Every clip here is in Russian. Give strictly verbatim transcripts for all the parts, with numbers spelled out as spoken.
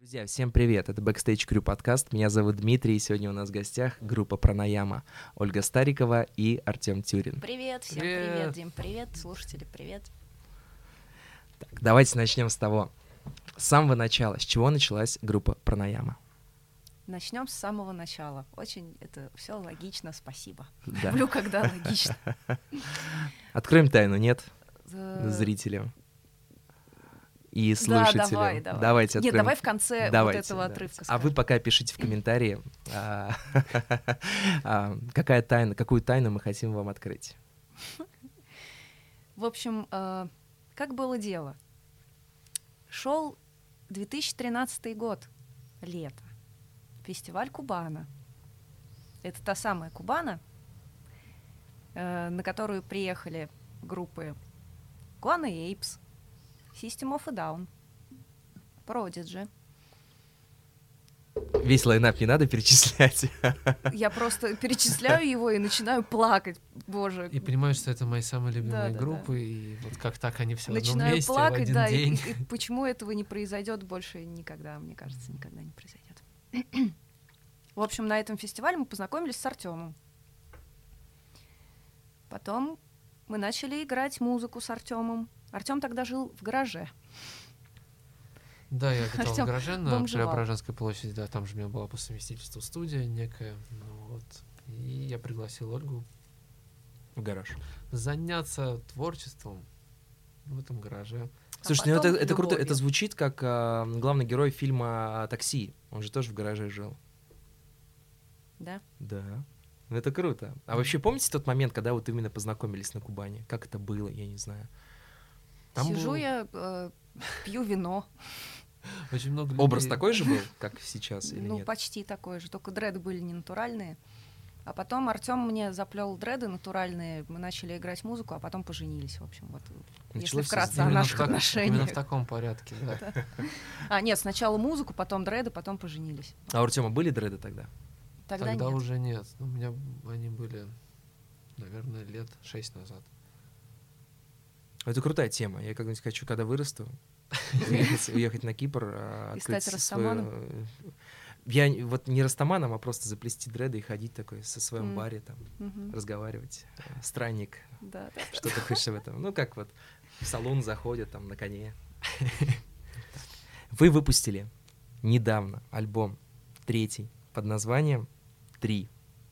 Друзья, всем привет! Это Backstage Crew подкаст. Меня зовут Дмитрий, и сегодня у нас в гостях группа Пранаяма. Ольга Старикова и Артем Тюрин. Привет, всем привет, привет Дим, привет, слушатели, привет. Так, давайте начнем с того. С самого начала, с чего началась группа Пранаяма? Начнем с самого начала. Очень это все логично, спасибо. Да. Люблю, когда логично. Откроем тайну, нет? Зрителям. И слушателям. Да, давай, давай. Давайте Нет, откроем... давай в конце давайте, вот этого давайте. отрывка. А вы пока пишите в комментарии, какая тайна, какую тайну мы хотим вам открыть. В общем, как было дело? Шел две тысячи тринадцатый год, лето, фестиваль Кубана. Это та самая Кубана, на которую приехали группы Guano Apes, System of a Down, Prodigy. Весь лайнап не надо перечислять. Я просто перечисляю его и начинаю плакать, боже. И понимаю, что это мои самые любимые да, да, группы, да. И вот как так они все в одном начинаю месте плакать, в один да, день. И, и почему этого не произойдет больше никогда, мне кажется, никогда не произойдет. В общем, на этом фестивале мы познакомились с Артемом. Потом мы начали играть музыку с Артемом. Артем тогда жил в гараже. Да, я катал Артём в гараже на бомжевал. Преображенской площади, да, там же у меня была по совместительству студия некая, ну вот, и я пригласил Ольгу В гараж. заняться творчеством в этом гараже. Слушай, а ну это, потом это круто, любовью. это звучит как а, главный герой фильма «Такси». Он же тоже в гараже жил. Да. Да. Ну это круто. А вообще помните тот момент, когда вот именно познакомились на Кубани? Как это было, я не знаю. Там Сижу был я, э, пью вино. очень много Образ людей. такой же был, как сейчас, или Ну, нет? почти такой же, только дреды были не натуральные. А потом Артем мне заплел дреды натуральные, мы начали играть музыку, а потом поженились, в общем, вот. Если Началось вкратце всё о Именно в наших так- отношениях. Именно в таком порядке, да. А, нет, сначала музыку, потом дреды, потом поженились. А у Артема были дреды тогда? Тогда, Тогда нет. уже нет. У меня они были, наверное, лет шесть назад. Это крутая тема. Я когда-нибудь хочу, когда вырасту, уехать, уехать на Кипр, а, И открыть стать свою- растаманом? Я н- вот не растаманом, а просто заплести дреды и ходить такой со своем М. баре, там, Мгм. разговаривать. Э, Странник, Да, да. что ты хочешь в этом? Ну, как вот в салон заходят там на коне. Вы выпустили недавно альбом третий под названием «Три».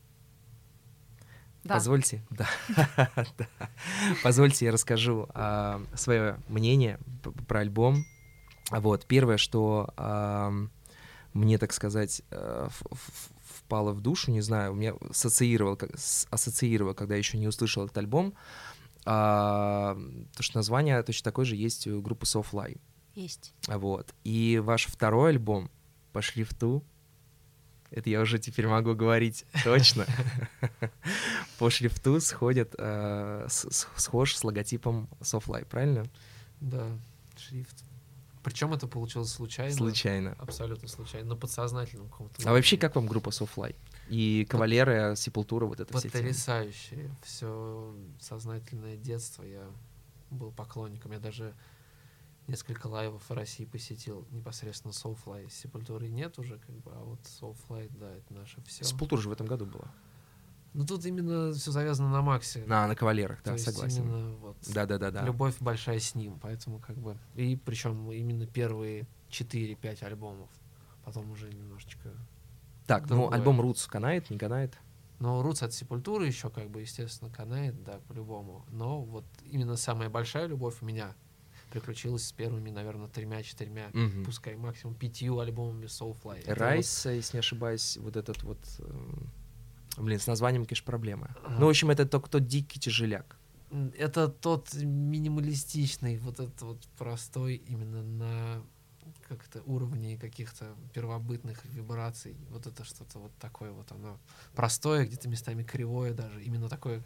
Да. Позвольте, да, да. Позвольте, я расскажу а, свое мнение п- про альбом. Вот, первое, что а, мне, так сказать, а, в- в- впало в душу, не знаю, у меня ассоциировал, как- с- ассоциировал, когда еще не услышал этот альбом, а, то, что название точно такое же есть у группы Soulfly. Есть. Вот. И ваш второй альбом по шрифту, это я уже теперь могу говорить точно, по шрифту сходит, э, с- с- схож с логотипом Soulfly, правильно? Да, шрифт. Причем это получилось случайно. Случайно. Абсолютно случайно, на подсознательном каком-то А вообще, уровне. как вам группа Soulfly? И Кавалеры, Сепультура, вот это все темы. Потрясающе. Все сознательное детство. Я был поклонником. Я даже несколько лайвов в России посетил непосредственно Soulfly. Сепультуры нет уже, как бы, а вот Soulfly, да, это наше все. Сепультура же в этом году была. Ну тут именно все завязано на Максе. На, на Кавалерах, То да, есть согласен. именно вот Да-да-да-да. любовь большая с ним, поэтому как бы и причем именно первые четыре-пять альбомов, потом уже немножечко. Так, ну другое. альбом Roots канает, не канает? Но Roots от Сепультуры еще как бы естественно канает, да, по-любому. Но вот именно самая большая любовь у меня приключилась с первыми, наверное, тремя-четырьмя, Мгм. пускай максимум пятью альбомами Soulfly. Это Райс, если не ошибаюсь, вот этот вот... эм, Блин, с названием, конечно, проблема. Ага. Ну, в общем, это только тот дикий тяжеляк. вот- это тот минималистичный, вот этот вот простой именно на как-то уровне каких-то первобытных вибраций. Вот это что-то вот такое вот оно простое, где-то местами кривое даже. Именно такое,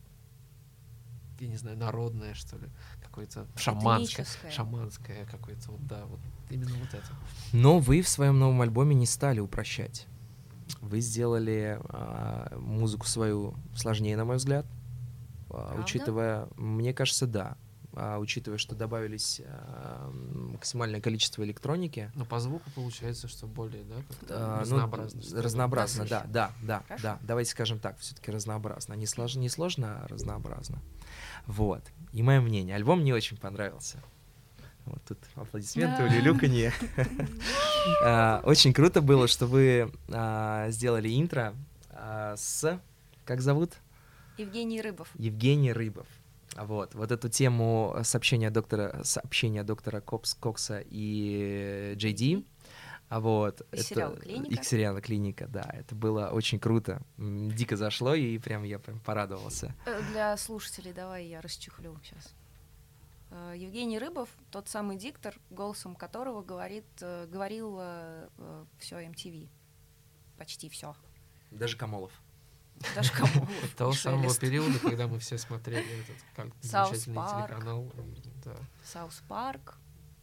я не знаю, народное, что ли. Какое-то шаманское. Этническое. Шаманское какое-то, вот, да, вот именно вот это. Но вы в своем новом альбоме не стали упрощать. Вы сделали а, музыку свою сложнее, на мой взгляд. А, Правда? учитывая, мне кажется, да. а, учитывая, что добавились а, максимальное количество электроники. Но по звуку получается, что более, да, как-то а, разнообразно. Ну, разнообразно, да, Насыщенно. да, да, Хорошо. да. Давайте скажем так, все-таки разнообразно. Не сложно, не сложно, а разнообразно. Вот. И мое мнение. Альбом мне очень понравился. Вот тут аплодисменты, Да. улюлюканье. А, Очень круто было, что вы а, сделали интро а, с... Как зовут? Евгений Рыбов. Евгений Рыбов. А Вот, вот эту тему сообщения доктора, сообщения доктора Кокс, Кокса и Джей Ди, а вот, Из это сериала «Клиника». их сериала «Клиника», да, это было очень круто, М, дико зашло, и прям я прям порадовался. Э, Для слушателей давай я расчехлю сейчас. Евгений Рыбов, тот самый диктор, голосом которого говорит, э, говорил все эм ти ви. Почти все. Даже Камолов. Даже кому. Того самого периода, когда мы все смотрели этот как Саус замечательный Парк. телеканал. Да. Саус Парк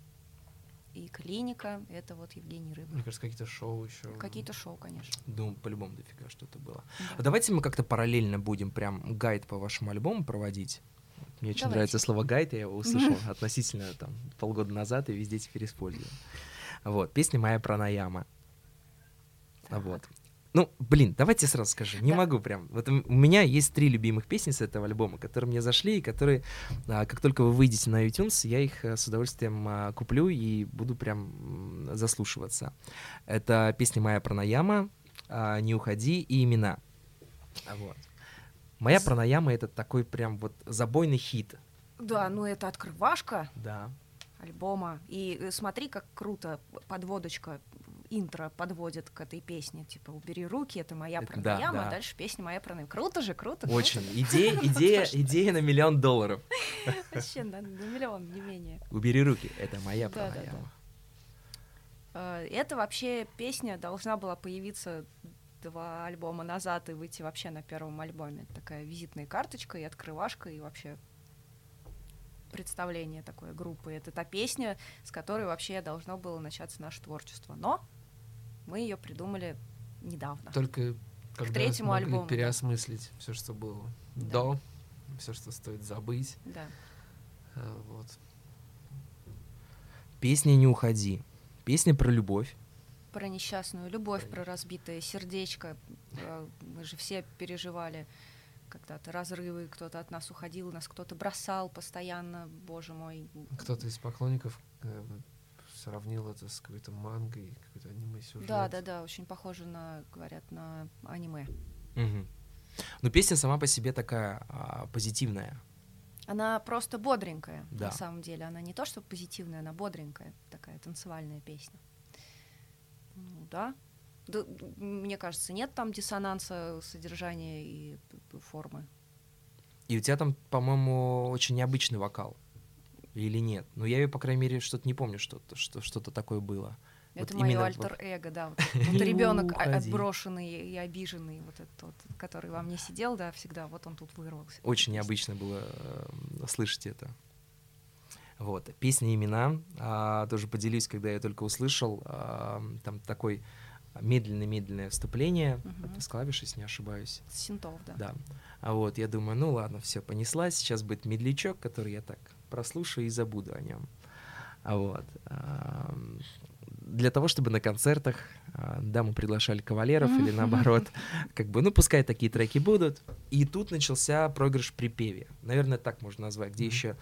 и «Клиника» — это вот Евгений Рыбов. Мне кажется, какие-то шоу еще. Какие-то шоу, конечно. Думаю, по-любому дофига что-то было. Да. А давайте мы как-то параллельно будем прям гайд по вашему альбому проводить. Мне очень Давайте. нравится слово «гайд», я его услышал относительно там полгода назад и везде теперь использую. Вот, песня «Моя пранаяма». Так. Вот. Ну, блин, давайте сразу скажу, не Да. могу прям. Вот у у меня есть три любимых песни с этого альбома, которые мне зашли, и которые, а, как только вы выйдете на iTunes, я их а, с удовольствием а, куплю и буду прям м, заслушиваться. Это песня «Моя пранаяма», а, «Не уходи» и «Имена». А Вот. «Моя С- пранаяма» — это такой прям вот забойный хит. Да, ну это открывашка Да. альбома. И э, смотри, как круто подводочка, интро подводит к этой песне. Типа «Убери руки», это моя Это- да, пранаяма, да. а дальше песня «Моя пранаяма». Круто же, круто. Очень. круто. Идея, идея, Точно. идея на миллион долларов. Вообще на, на миллион, не менее. «Убери руки» — это моя Да, да, да. пранаяма. Э, Это вообще песня должна была появиться два альбома назад и выйти вообще на первом альбоме. Это такая визитная карточка и открывашка, и вообще представление такой группы. Это та песня, с которой вообще должно было начаться наше творчество. Но мы ее придумали недавно. Только когда третьему смогли альбому, да. переосмыслить все, что было Да. до, все, что стоит забыть. Да. А, Вот. Песня «Не уходи». Песня про любовь. Про несчастную любовь, про разбитое сердечко. Э, Мы же все переживали когда-то разрывы, кто-то от нас уходил, нас кто-то бросал постоянно, боже мой. Кто-то из поклонников э, сравнил это с какой-то мангой, какой-то аниме-сюжет. Да, да, да, очень похоже на, говорят, на аниме. Мгм. Но песня сама по себе такая а, позитивная. Она просто бодренькая, Да. на самом деле. Она не то, что позитивная, она бодренькая, такая танцевальная песня. Ну, да. Да, мне кажется, нет там диссонанса содержания и п- п- формы. И у тебя там, по-моему, очень необычный вокал. Или нет? Ну, я ее, по крайней мере, что-то не помню, что-то, что, что-то такое было. Вот Это мое именно в- альтер-эго, да. Вот, вот ребенок уходи. отброшенный и обиженный, вот этот вот, который во мне сидел, да, всегда, вот он тут вырвался. Очень необычно было э, слышать это. Вот. Песня «Имена». а, тоже поделюсь, когда я только услышал. а, там такой медленное-медленное вступление. Мгм. Это с клавиш, если не ошибаюсь. С синтов, да. Да. А вот я думаю, ну ладно, все, понеслась. Сейчас будет медлячок, который я так прослушаю и забуду о нем. А вот. ам, Для того, чтобы на концертах а, даму приглашали кавалеров или наоборот, как бы, ну пускай такие треки будут. И тут начался проигрыш в припеве. Наверное, так можно назвать, где Мгм. еще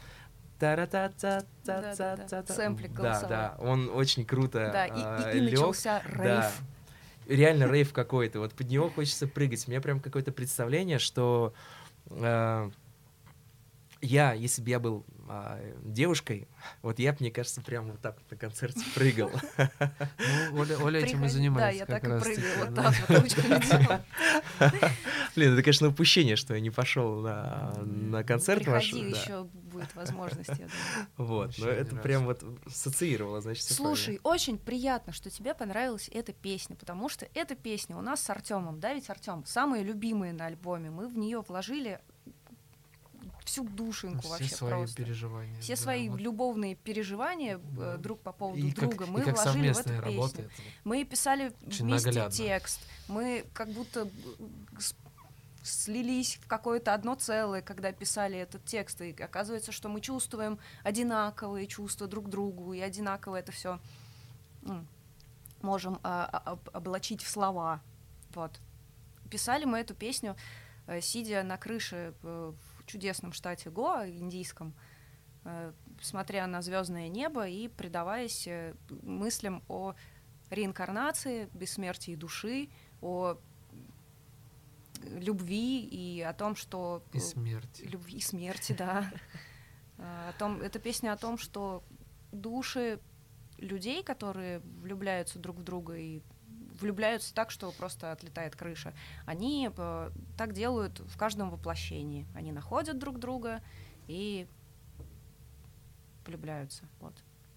Да-да-да. Сэмплик Да, голосовой. да, он очень круто Да, и- а, и, и, лёг. начался Да. рейв. Реально рейв какой-то. Вот под него хочется прыгать. У меня прям какое-то представление, что э, я, если бы я был э, девушкой, вот я бы, мне кажется, прям вот так вот на концерте прыгал. Ну, Оля, Оля этим и Приходи- занимается. Да, я так и раз прыгаю, таки, вот да. так вот ручками делаю. Блин, это, конечно, упущение, что я не пошел на, на концерт ваш. Приходи, да. еще будет возможность, я думаю. Вот, но Еще это один прям раз. вот ассоциировало, значит, всё Слушай, очень приятно, что тебе понравилась эта песня, потому что эта песня у нас с Артемом, да, ведь Артем, самые любимые на альбоме. Мы в нее вложили всю душеньку Все вообще свои просто. переживания. Все да, свои вот. любовные переживания Да. э, друг по поводу И как, друга и мы как вложили в эту совместная песню. работа. это Мы писали Очень вместе наглядно. текст. Мы как будто э, с- слились в какое-то одно целое, когда писали этот текст, и оказывается, что мы чувствуем одинаковые чувства друг к другу, и одинаково это все можем а, а, облачить в слова. Вот. Писали мы эту песню, э, сидя на крыше э, в чудесном штате Гоа, индийском, э, смотря на звездное небо и предаваясь э, мыслям о реинкарнации, бессмертии души, о любви и о том, что... И смерти. Любви и смерти, да. О том, эта песня о том, что души людей, которые влюбляются друг в друга и влюбляются так, что просто отлетает крыша, они э, так делают в каждом воплощении. Они находят друг друга и влюбляются. Вот.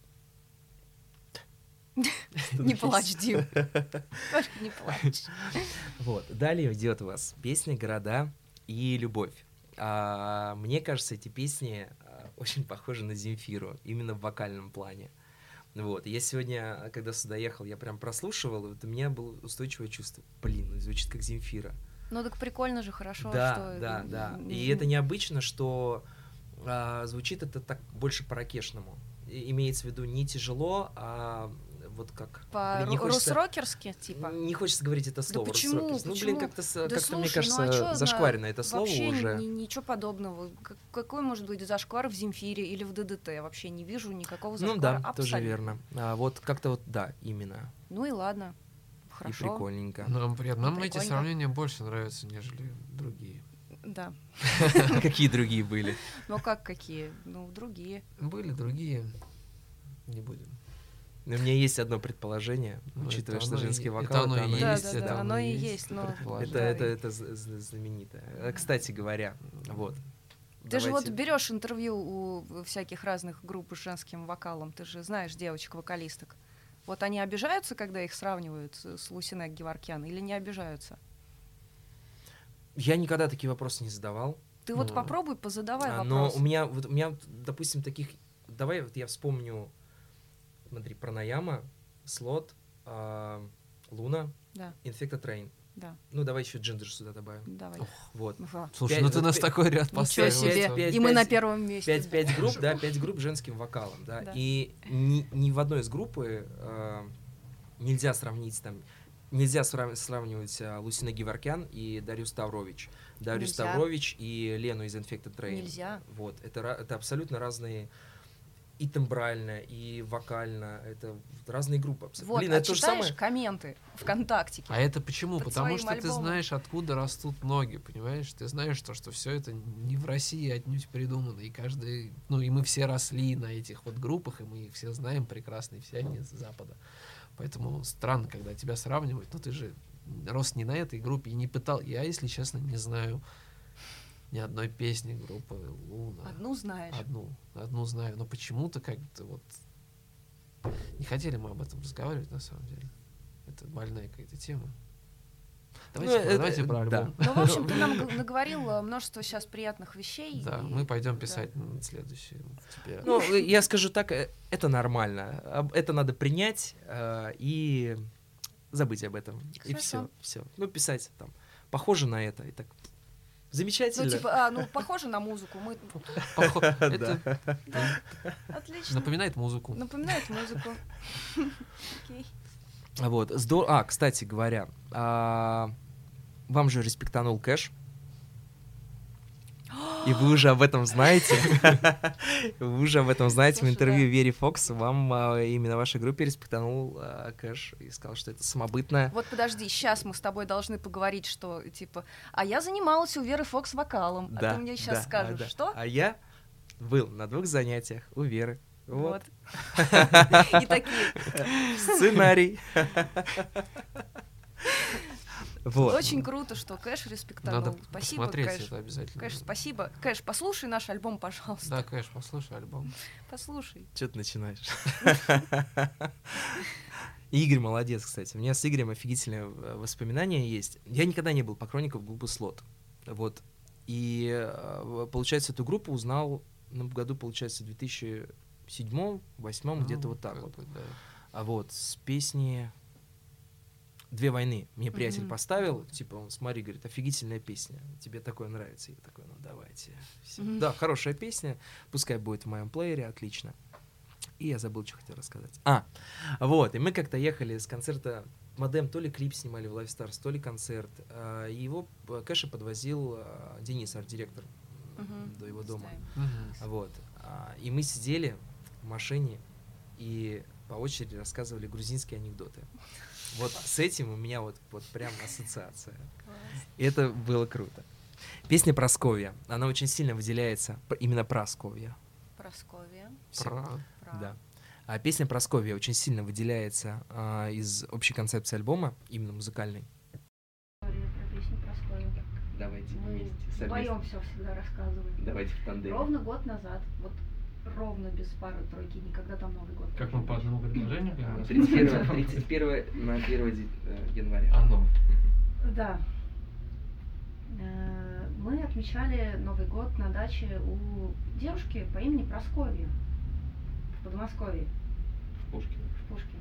Не плачь, Дим. Не плачь. Вот. Далее идет у вас песня «Города» и «Любовь». А, мне кажется, эти песни а, очень похожи на Земфиру, именно в вокальном плане. Вот. Я сегодня, когда сюда ехал, я прям прослушивал, и вот у меня было устойчивое чувство. Блин, ну звучит как Земфира. Ну так прикольно же, хорошо. Да, что... да, да. И это необычно, что а, звучит это так больше по-ракешному. И, имеется в виду не тяжело, а вот как... По-русрокерски, типа? Не хочется говорить это слово. Да почему? Ну, почему? блин, как-то, да как-то слушай, мне кажется, ну, а чё, зашкварено это слово вообще уже. Вообще ничего подобного. Как, какой может быть зашквар в Земфире или в ДДТ? Я вообще не вижу никакого зашквара. Ну да, абсолютно. тоже верно. А, вот как-то вот, да, именно. Ну и ладно, хорошо. И прикольненько. Нам, при... Нам эти Прикольно. сравнения больше нравятся, нежели другие. Да. Какие другие были? Ну как какие? Ну, другие. Были другие. Не будем. Но у меня есть одно предположение, Ну, учитывая, это что оно и- женский это вокал, оно и это оно Да, есть, да, это да, оно оно и и есть, есть, но... предположение. Это, Да, это, и- это з- з- знаменито. А, Кстати говоря, вот. Ты же вот давайте- берешь интервью у всяких разных групп с женским вокалом, ты же знаешь девочек-вокалисток. Вот они обижаются, когда их сравнивают с с Лусинек Геворкян, или не обижаются? Я никогда такие вопросы не задавал. Ты вот Ну, попробуй позадавай А, но вопрос. у меня, вот, у меня, допустим, таких... Давай вот я вспомню, смотри, Пранаяма, Слот, а, Луна, Да, Infected Rain. да, Ну, давай еще Джиндер сюда добавим. давай. Вот. Ва. Слушай, Пять- ну ты вот нас пять- такой ряд Ничего поставил. себе. пять- И мы пять- на первом месте. Пять, пять групп, да, пять групп с женским вокалом, да. Да. И ни, ни в одной из группы э, нельзя сравнить там, нельзя срав- сравнивать э, Лусина Геворкян и Дарью Ставрович. Дарью Нельзя. Ставрович и Лену из Infected Rain. Нельзя. Вот, это, ра- это абсолютно разные и тембрально, и вокально, это разные группы. абсолютно. Вот, Блин, а это то же читаешь самое. комменты ВКонтактике? А это почему? Под Потому своим что ты альбомом. знаешь, откуда растут ноги, понимаешь? Ты знаешь то, что все это не в России отнюдь придумано, и каждый, ну и мы все росли на этих вот группах, и мы их все знаем прекрасно, и все они с Запада. Поэтому странно, когда тебя сравнивают, но ты же рос не на этой группе и не пытал. Я, если честно, не знаю ни одной песни группы Луна. Одну знаешь. Одну, одну знаю, но почему-то как-то вот не хотели мы об этом разговаривать на самом деле. Это больная какая-то тема. Давайте, Ну, про- это- давайте про да. альбом. Ну, в общем, ты нам г- наговорил э, множество сейчас приятных вещей. Да, и- мы пойдем да. писать на следующий. Тебе. Ну, я скажу так, э, это нормально. Об- Это надо принять э, и забыть об этом. И Хорошо. все, все. Ну, писать там. Похоже на это. И так. Замечательно. Ну, типа, а, ну, похоже на музыку. Мы... Похо- Это Да, отлично. напоминает музыку. Напоминает музыку. Окей. Вот. Здор... А, кстати говоря, а, вам же респектанул Кэш. И вы уже об этом знаете. Вы уже об этом знаете. В Слушай, интервью да. Вере Фокс вам а, именно вашей группе респектанул а, Кэш и сказал, что это самобытное. Вот подожди, сейчас мы с тобой должны поговорить, что, типа, а я занималась у Веры Фокс вокалом, а ты мне сейчас да, скажешь, а, да. что? А я был на двух занятиях у Веры. Вот. И такие, Сценарий. Вот. очень круто, что Кэш респектанул. Надо Спасибо, посмотреть Кэш. это обязательно. Кэш, спасибо. Кэш, послушай наш альбом, пожалуйста. Да, Кэш, послушай альбом. Послушай. Что ты начинаешь? Игорь молодец, кстати. У меня с Игорем офигительные э, воспоминания есть. Я никогда не был поклонником группы Слот. Вот. И, э, получается, эту группу узнал, ну, в году, получается, в две тысячи седьмом, две тысячи восьмом, где-то Ну, вот так как вот. бы, да. А вот, с песни «Две войны» мне приятель Мгм. поставил, Вот. типа, он, смотри, говорит, офигительная песня, тебе такое нравится? Я такой, ну давайте. Всё. Мгм. Да, хорошая песня, пускай будет в моем плеере, отлично. И я забыл, что хотел рассказать. А, вот, и мы как-то ехали с концерта «Модем», то ли клип снимали в Live Stars, то ли концерт, а, и его э, Кэша подвозил а, Денис, арт-директор, Мгм. до его дома. Знаем. Мгм. Вот. а, И мы сидели в машине и по очереди рассказывали грузинские анекдоты. Вот с этим у меня вот, вот прям ассоциация. Класс. И это было круто. Песня «Прасковья». Она очень сильно выделяется, п- именно «Прасковья». Прасковья. Всё. Про. Про. Да. А песня «Прасковья» очень сильно выделяется а, из общей концепции альбома, именно музыкальной. История про песню Прасковью. Давайте Мы вдвоем все всегда рассказываем. Давайте в тандеме. Ровно год назад, вот ровно без пары-тройки, никогда там Новый год. Как мы по одному предложению говорим? тридцать первое, тридцать первое на первое января. Оно. Да. Э, Мы отмечали Новый год на даче у девушки по имени Прасковья в Подмосковье, В Пушкино. в Пушкино.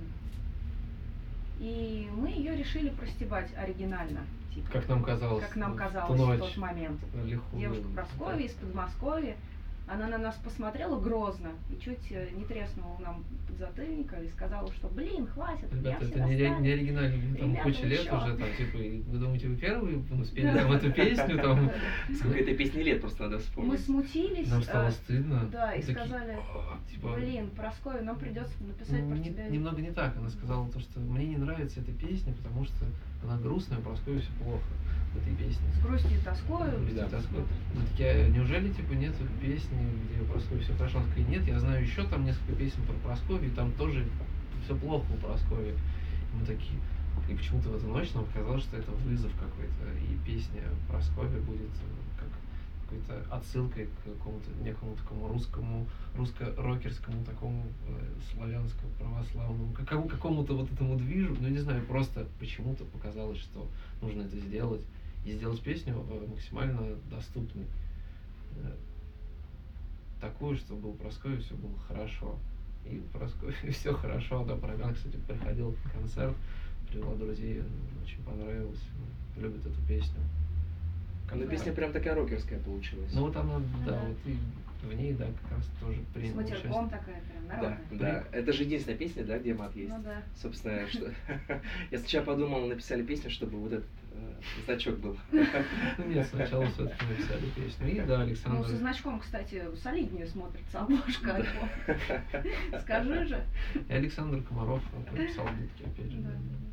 И мы ее решили простебать оригинально. Типа, Как нам казалось. как нам в казалось ту в ночь. тот момент. Лихую. Девушка Прасковья из Подмосковья. Она на нас посмотрела грозно и чуть э, не треснула нам подзатыльника и сказала, что блин, хватит, меня Ребята, все это не, ре- достали. не оригинально, там Ребята, куча вы лет чё? уже, там, типа, и вы думаете, вы первые успели Да. там эту песню, там, Сколько этой песни лет, просто надо Мы вспомнить. смутились, нам стало э, стыдно. да, и Такие, сказали, «А, типа, блин, Прасковья, нам придется написать ну, про не- тебя. немного не так, она сказала то, что мне не нравится эта песня, потому что она грустная, про Прасковью все плохо в этой песне. С грустью и тоскою. Грустью и типа, тоской. смотрит. Мы такие, «А неужели, типа, нет песни, где Прасковья все хорошо? Она такая, нет, я знаю еще там несколько песен про Прасковью, и там тоже все плохо у Прасковьи. И мы такие, и почему-то в эту ночь нам показалось, что это вызов какой-то, и песня Прасковьи будет э, как какой-то отсылкой к какому-то некому такому русскому, русско-рокерскому такому э, славянскому православному, к какому- какому-то вот этому движу, ну не знаю, просто почему-то показалось, что нужно это сделать, и сделать песню э, максимально доступной. Э, такую, чтобы у Прасковьи все было хорошо. И у Прасковьи все хорошо. Она программа, кстати, приходила на концерт, привела друзей, очень понравилось. Любит эту песню. Ну, песня прям такая рокерская получилась. Ну вот она, да, Да. вот и в ней, да, как раз тоже С приняла матерком участие. такая прям, Да, народная. да. Это же единственная песня, да, где мат есть. Ну да. Собственно, что я сначала подумал, написали песню, чтобы вот этот э, значок был. Ну нет, сначала все-таки написали песню. И да, Ну, Александр. со значком, кстати, солиднее смотрится обложка альбома. Скажи же. И Александр Комаров написал битки, опять же. Да.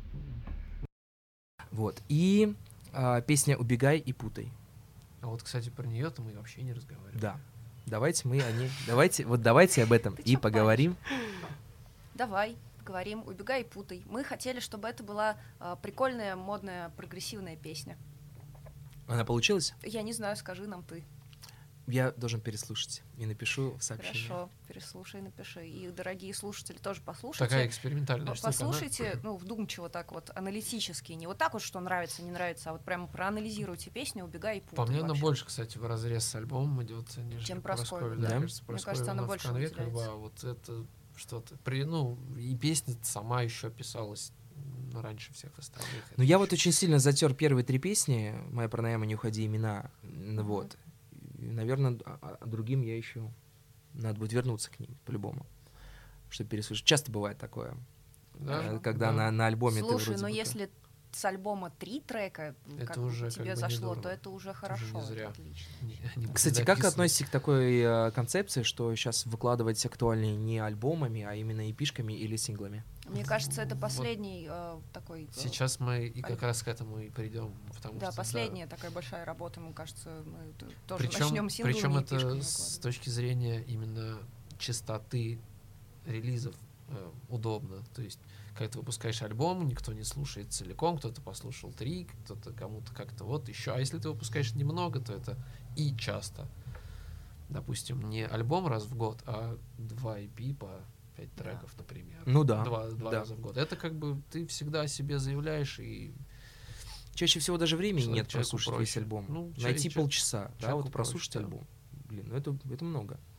Вот. И а, песня «Убегай и путай». А вот, кстати, про нее-то мы вообще не разговаривали. Да. Давайте мы о ней... Давайте, вот давайте об этом Ты и чё поговорим. Давай, поговорим, убегай и путай. Мы хотели, чтобы это была а, прикольная, модная, прогрессивная песня. Она получилась? Я не знаю, скажи нам ты. Я должен переслушать и напишу в сообщении. Хорошо, переслушай, напиши. И, дорогие слушатели, тоже послушайте. Такая экспериментальная По- штука. она- Послушайте, ну, вдумчиво так вот, аналитически. Не вот так вот, что нравится, не нравится, а вот прямо проанализируйте песню «Убегай и путай». По мне, она вообще. больше, кстати, в разрез с альбомом идет, нежели Чем Прасковья. Прасковья, Да, да? кажется, Мне кажется, Прасковья, она в больше конве, как бы, выделяется. а вот это что-то. При, ну, и песня сама еще писалась м, раньше всех остальных. Ну, Это я ещё- вот очень сильно затер первые три песни. «Моя пранаяма, не уходи, имена». Ну, вот. И, наверное, а- а другим я еще... Надо будет вернуться к ним, по-любому. Чтобы переслушать. Часто бывает такое. Да, э, когда да. на, на альбоме ты Слушай, вроде но бы если с альбома три трека Это как бы уже тебе как бы зашло, недорого. то это уже Это хорошо, уже не это зря. отлично. Не- они Кстати, были как написаны. относитесь к такой э, концепции, что сейчас выкладывать актуальнее не альбомами, а именно эпишками или синглами? Мне кажется, это Вот последний э, такой... э, Сейчас мы и как альбом. раз к этому и придем. Потому Да, что, последняя такая большая работа, мне кажется, мы т- тоже Причем, начнем синглами причем и это эпишками с выкладывать. точки зрения именно частоты релизов э, удобно. То есть, когда ты выпускаешь альбом, никто не слушает целиком, кто-то послушал три, кто-то кому-то как-то вот еще. А если ты выпускаешь немного, то это и часто. Допустим, не альбом раз в год, а два и пи по пять Да. треков, например. Ну да, Два, два да. раза в год. Это как бы ты всегда о себе заявляешь и Чаще всего даже времени Человек- нет человеку прослушать весь проще. альбом. Ну, Найти человек- человек- полчаса, да, человеку вот прослушать проще, да. альбом. Блин, ну это, это много.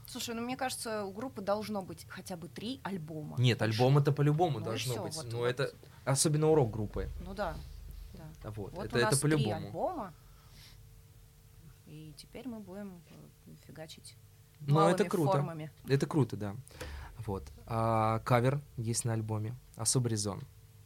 Слушай, ну мне кажется, у группы должно быть хотя бы три альбома. Нет, Больше. альбом это по-любому Ну и должно всё, быть. вот- Но вот. это особенно урок группы. Ну да, да. Вот, Вот это, у это нас три по-любому. альбома, и теперь мы будем э, фигачить Ну, малыми это круто. формами. Это круто, да. Вот. А, кавер есть на альбоме «Особый резон».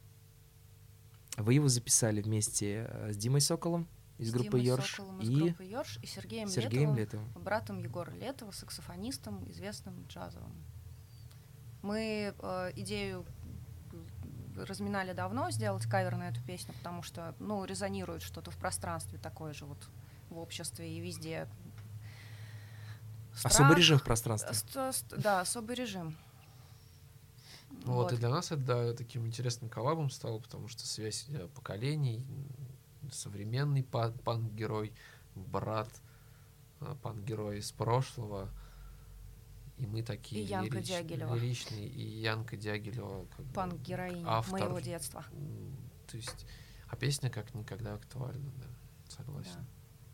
Вы его записали вместе э, с Димой Соколом из С группы Димой Йорш Соколом из и группы Йорш и Сергеем, Сергеем Летовым, Летовым. братом Егора Летова, саксофонистом, известным джазовым. Мы э, идею разминали давно сделать кавер на эту песню, потому что, ну, резонирует что-то в пространстве такое же вот в обществе и везде. Особый Страх, режим в пространстве. ст- ст- да, особый режим. Вот, и для нас это да, таким интересным коллабом стало, потому что связь э, поколений, м, современный пан- панк-герой, брат э, панк-герой из прошлого, и мы такие И Янка лирич- Дягилева. лиричные, и Янка Дягилева, как бы, Панк-героиня автор. моего детства. М, То есть, а песня как никогда актуальна, да, согласен.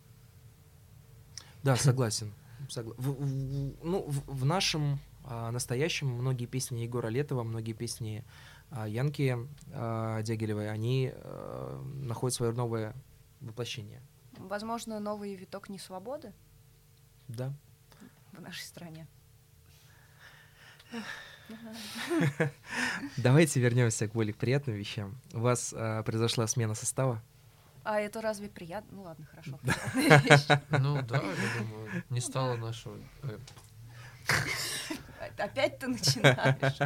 Да, согласен. Согла- в, в- ну, в, в нашем а, настоящем многие песни Егора Летова, многие песни а, Янки а, Дягилевой, они а, находят свое новое воплощение. Возможно, новый виток несвободы Да. в нашей стране. Давайте вернемся к более приятным вещам. У вас а, произошла смена состава. А это разве приятно? Ну ладно, хорошо. приятная вещь. Ну да, я думаю, не стало нашего... э, Опять ты начинаешь.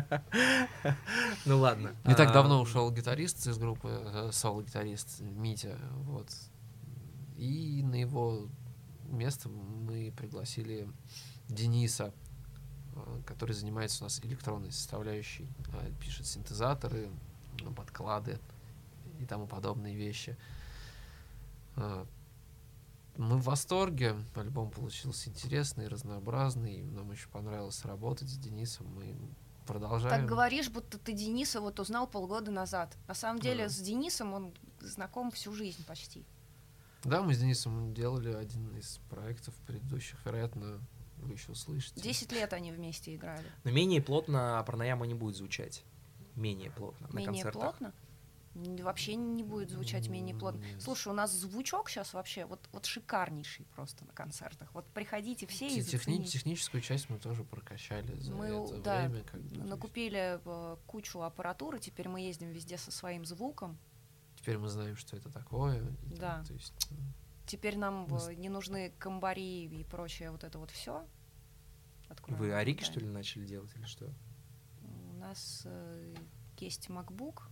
Ну ладно. Не так А, давно ушел гитарист из группы, э, соло-гитарист Митя, вот. И на его место мы пригласили Дениса, э, который занимается у нас электронной составляющей, э, пишет синтезаторы, м, подклады и тому подобные вещи. Э, Мы в восторге, альбом получился интересный, разнообразный, нам очень понравилось работать с Денисом, мы продолжаем. Так говоришь, будто ты Дениса вот узнал полгода назад. На самом деле Да. с Денисом он знаком всю жизнь почти. Да, мы с Денисом делали один из проектов предыдущих, вероятно, вы еще услышите. Десять лет они вместе играли. Но менее плотно Пранаяма не будет звучать. Менее плотно на Менее концертах. плотно? Н- Вообще не будет звучать менее плотно. Нет. Слушай, у нас звучок сейчас вообще вот, вот шикарнейший просто на концертах. Вот приходите все и Те- техни- зацените. Техническую часть мы тоже прокачали за Мы, это да, время. Как бы, то есть Накупили э, кучу аппаратуры, теперь мы ездим везде со своим звуком. теперь мы знаем, что это такое. и там, Да. то есть, м, Теперь нам Мы с- э, не нужны комбари и прочее вот это вот все. Вы Арики, что ли, начали делать или что? У нас э, есть MacBook,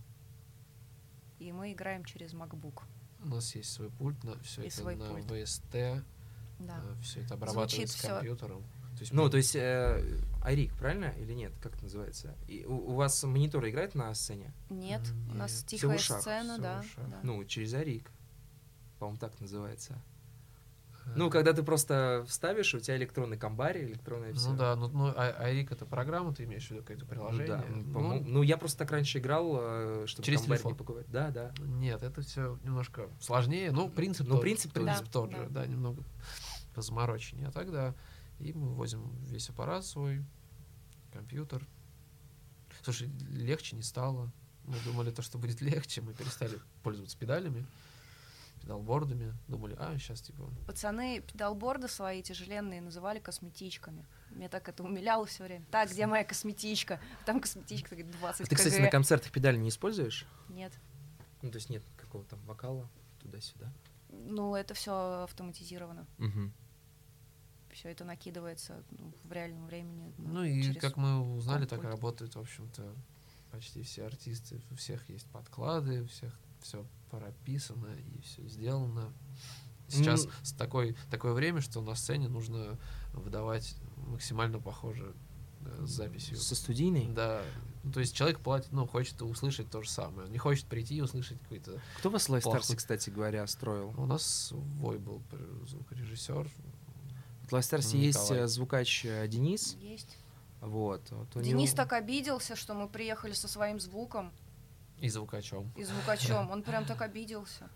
и мы играем через MacBook. у нас есть свой пульт, на, все И это свой на пульт. ви эс ти, Да. все это обрабатывается всё. компьютером. То есть Ну, мы- то есть э, Арик, правильно или нет? Как это называется? И у, у вас мониторы играют на сцене? Нет, у нас Нет. Всё в тихая ушах, сцена, всё в да. ушах. да. Ну, через Арик. По-моему, так называется. э, Ну, когда ты просто вставишь, у тебя электронный комбарь, электронное все. Ну да, ну, ну а- Айрик это программа, ты имеешь в виду какое-то Ну, приложение? да, Ну, по-моему. Ну, я просто так раньше играл, э, чтобы Через комбарь телефон. не покупать. Да, да. Нет, это все немножко сложнее. Ну, принцип, Ну, тот, принцип тот принцип же. тот Да, же, да. да, немного позамороченнее. А тогда и мы возим весь аппарат свой, компьютер. Слушай, легче не стало. Мы думали, то, что будет легче, мы перестали пользоваться педалями, педалбордами. Думали, а, сейчас типа... Пацаны педалборды свои тяжеленные называли косметичками. Меня так это умиляло все время. Так, где моя косметичка? Там косметичка такая А двадцать ты, кстати, кг. на концертах педали не используешь? Нет. Ну, то есть нет какого-то вокала туда-сюда. Ну, это все автоматизировано. Угу. Все это накидывается ну, в реальном времени. Ну и через как мы узнали, так и компульт. работают, в общем-то, почти все артисты. У всех есть подклады, у всех все прописано и все сделано. Сейчас М. с такой, такое время, что на сцене нужно выдавать максимально похоже э, с записью. Со студийной? Да. Ну, то есть человек платит, ну, хочет услышать то же самое. Он не хочет прийти и услышать какой-то... Кто вас в Live Плохо. Stars, кстати говоря, строил? У нас Вой был пр- звукорежиссер. В Live Stars Николай. есть э, звукач э, Денис. Есть. Вот. вот у Денис него- так обиделся, что мы приехали со своим звуком И звукачом. и звукачом. Он прям так обиделся.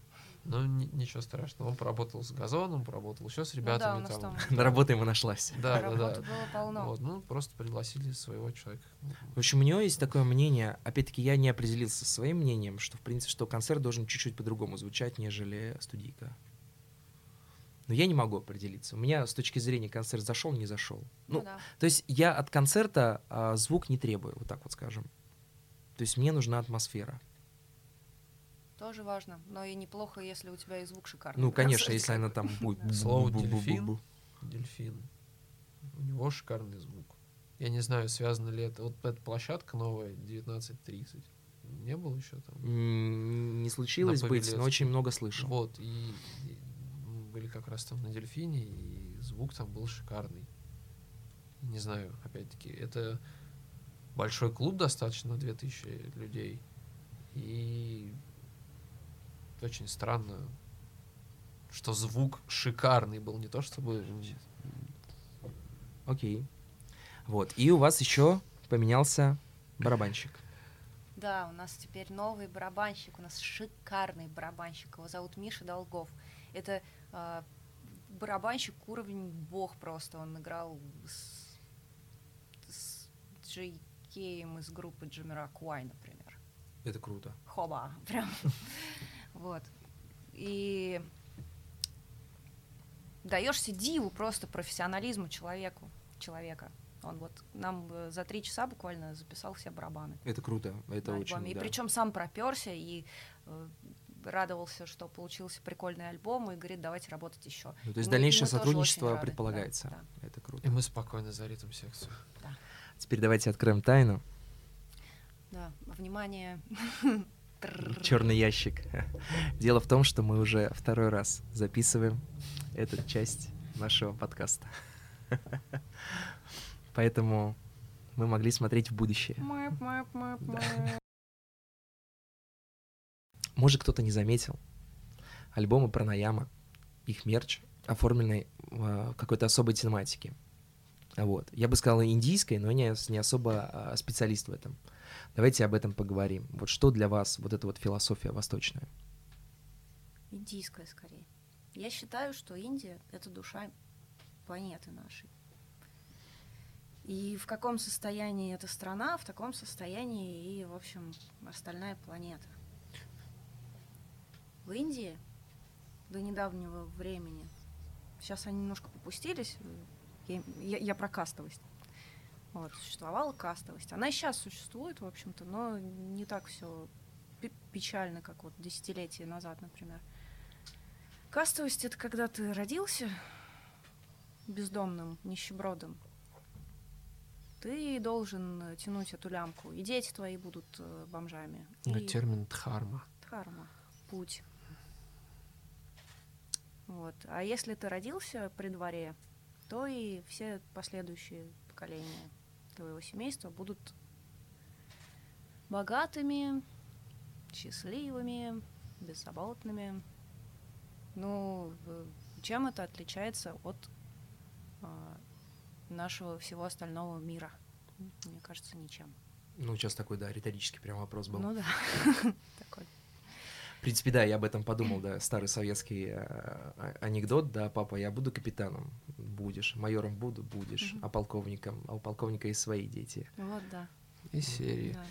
Ну, ни- ничего страшного. Он поработал с Газоном, поработал еще с Ну да, ребятами у нас там. там На работа ему нашлась. Да, да, работы да. было полно. Вот, ну, просто пригласили своего человека. В общем, у него есть такое мнение, опять-таки, я не определился со своим мнением, что, в принципе, что концерт должен чуть-чуть по-другому звучать, нежели студийка. Но я не могу определиться. У меня с точки зрения концерт зашел, не зашел. Ну Ну, да. то есть я от концерта а, звук не требую, вот так вот скажем. То есть мне нужна атмосфера. Тоже важно. Но и неплохо, если у тебя и звук шикарный. Ну, на конечно, концерте, если как она бы. там будет... Да. Слово бу-бу-бу-бу-бу. «дельфин». Дельфин. У него шикарный звук. Я не знаю, связано ли это... Вот эта площадка новая, девятнадцать тридцать. Не было еще там? М, Не случилось На быть, но Павелецкой. очень много слышал. Вот, и, и мы были как раз там на «Дельфине», и звук там был шикарный. Не знаю, опять-таки, это большой клуб достаточно, две тысячи людей, и очень странно, что звук шикарный был, не то чтобы... Окей. Вот. И у вас еще поменялся барабанщик. Да, у нас теперь новый барабанщик, у нас шикарный барабанщик, его зовут Миша Долгов. Это а, барабанщик уровень бог просто, он играл с, с Джей Кеем из группы Jamiroquai, например. Это круто. Хоба, прям. Вот. И даешься диву просто профессионализму человеку, человека. Он вот нам э, за три часа буквально записал все барабаны. Это круто. Это на очень, альбоме. И да. причем сам проперся и э, радовался, что получился прикольный альбом, и говорит, давайте работать еще. Ну, то есть И мы- и дальнейшее мы тоже сотрудничество очень рады. предполагается. Да, да. Это И круто. мы спокойно за ритм-секцию. Теперь давайте откроем тайну. Да, внимание. Черный ящик. Дело в том, что мы уже второй раз записываем эту часть нашего подкаста. Поэтому мы могли смотреть в будущее. Мэп, мэп, мэп, мэп. Может, кто-то не заметил. Альбомы Пранаяма, их мерч, оформленный в какой-то особой тематике. Вот. Я бы сказал индийской, но я не особо а, специалист в этом. Давайте об этом поговорим. Вот что для вас вот эта вот философия восточная? Индийская, скорее. Я считаю, что Индия — это душа планеты нашей. И в каком состоянии эта страна, в таком состоянии и, в общем, остальная планета. В Индии до недавнего времени, сейчас они немножко попустились, я, я, я про кастовость. Вот, существовала кастовость. Она и сейчас существует, в общем-то, но не так все печально, как вот десятилетия назад, например. Кастовость — это когда ты родился бездомным, нищебродом, ты должен тянуть эту лямку, и дети твои будут э, бомжами. Ну, И термин дхарма. дхарма, путь. Вот. А если ты родился при дворе, то и все последующие поколения твоего семейства будут богатыми, счастливыми, беззаботными. Ну, в- чем это отличается от а, нашего всего остального мира? Мне кажется, ничем. Ну, сейчас такой, да, риторический прям вопрос был. Ну да, такой. В принципе, да, я об этом подумал, да, старый советский э, а- анекдот, да, папа, я буду капитаном, будешь, майором буду, будешь, Мгм. а полковником, а у полковника и свои дети. Вот, да. Из серии. да.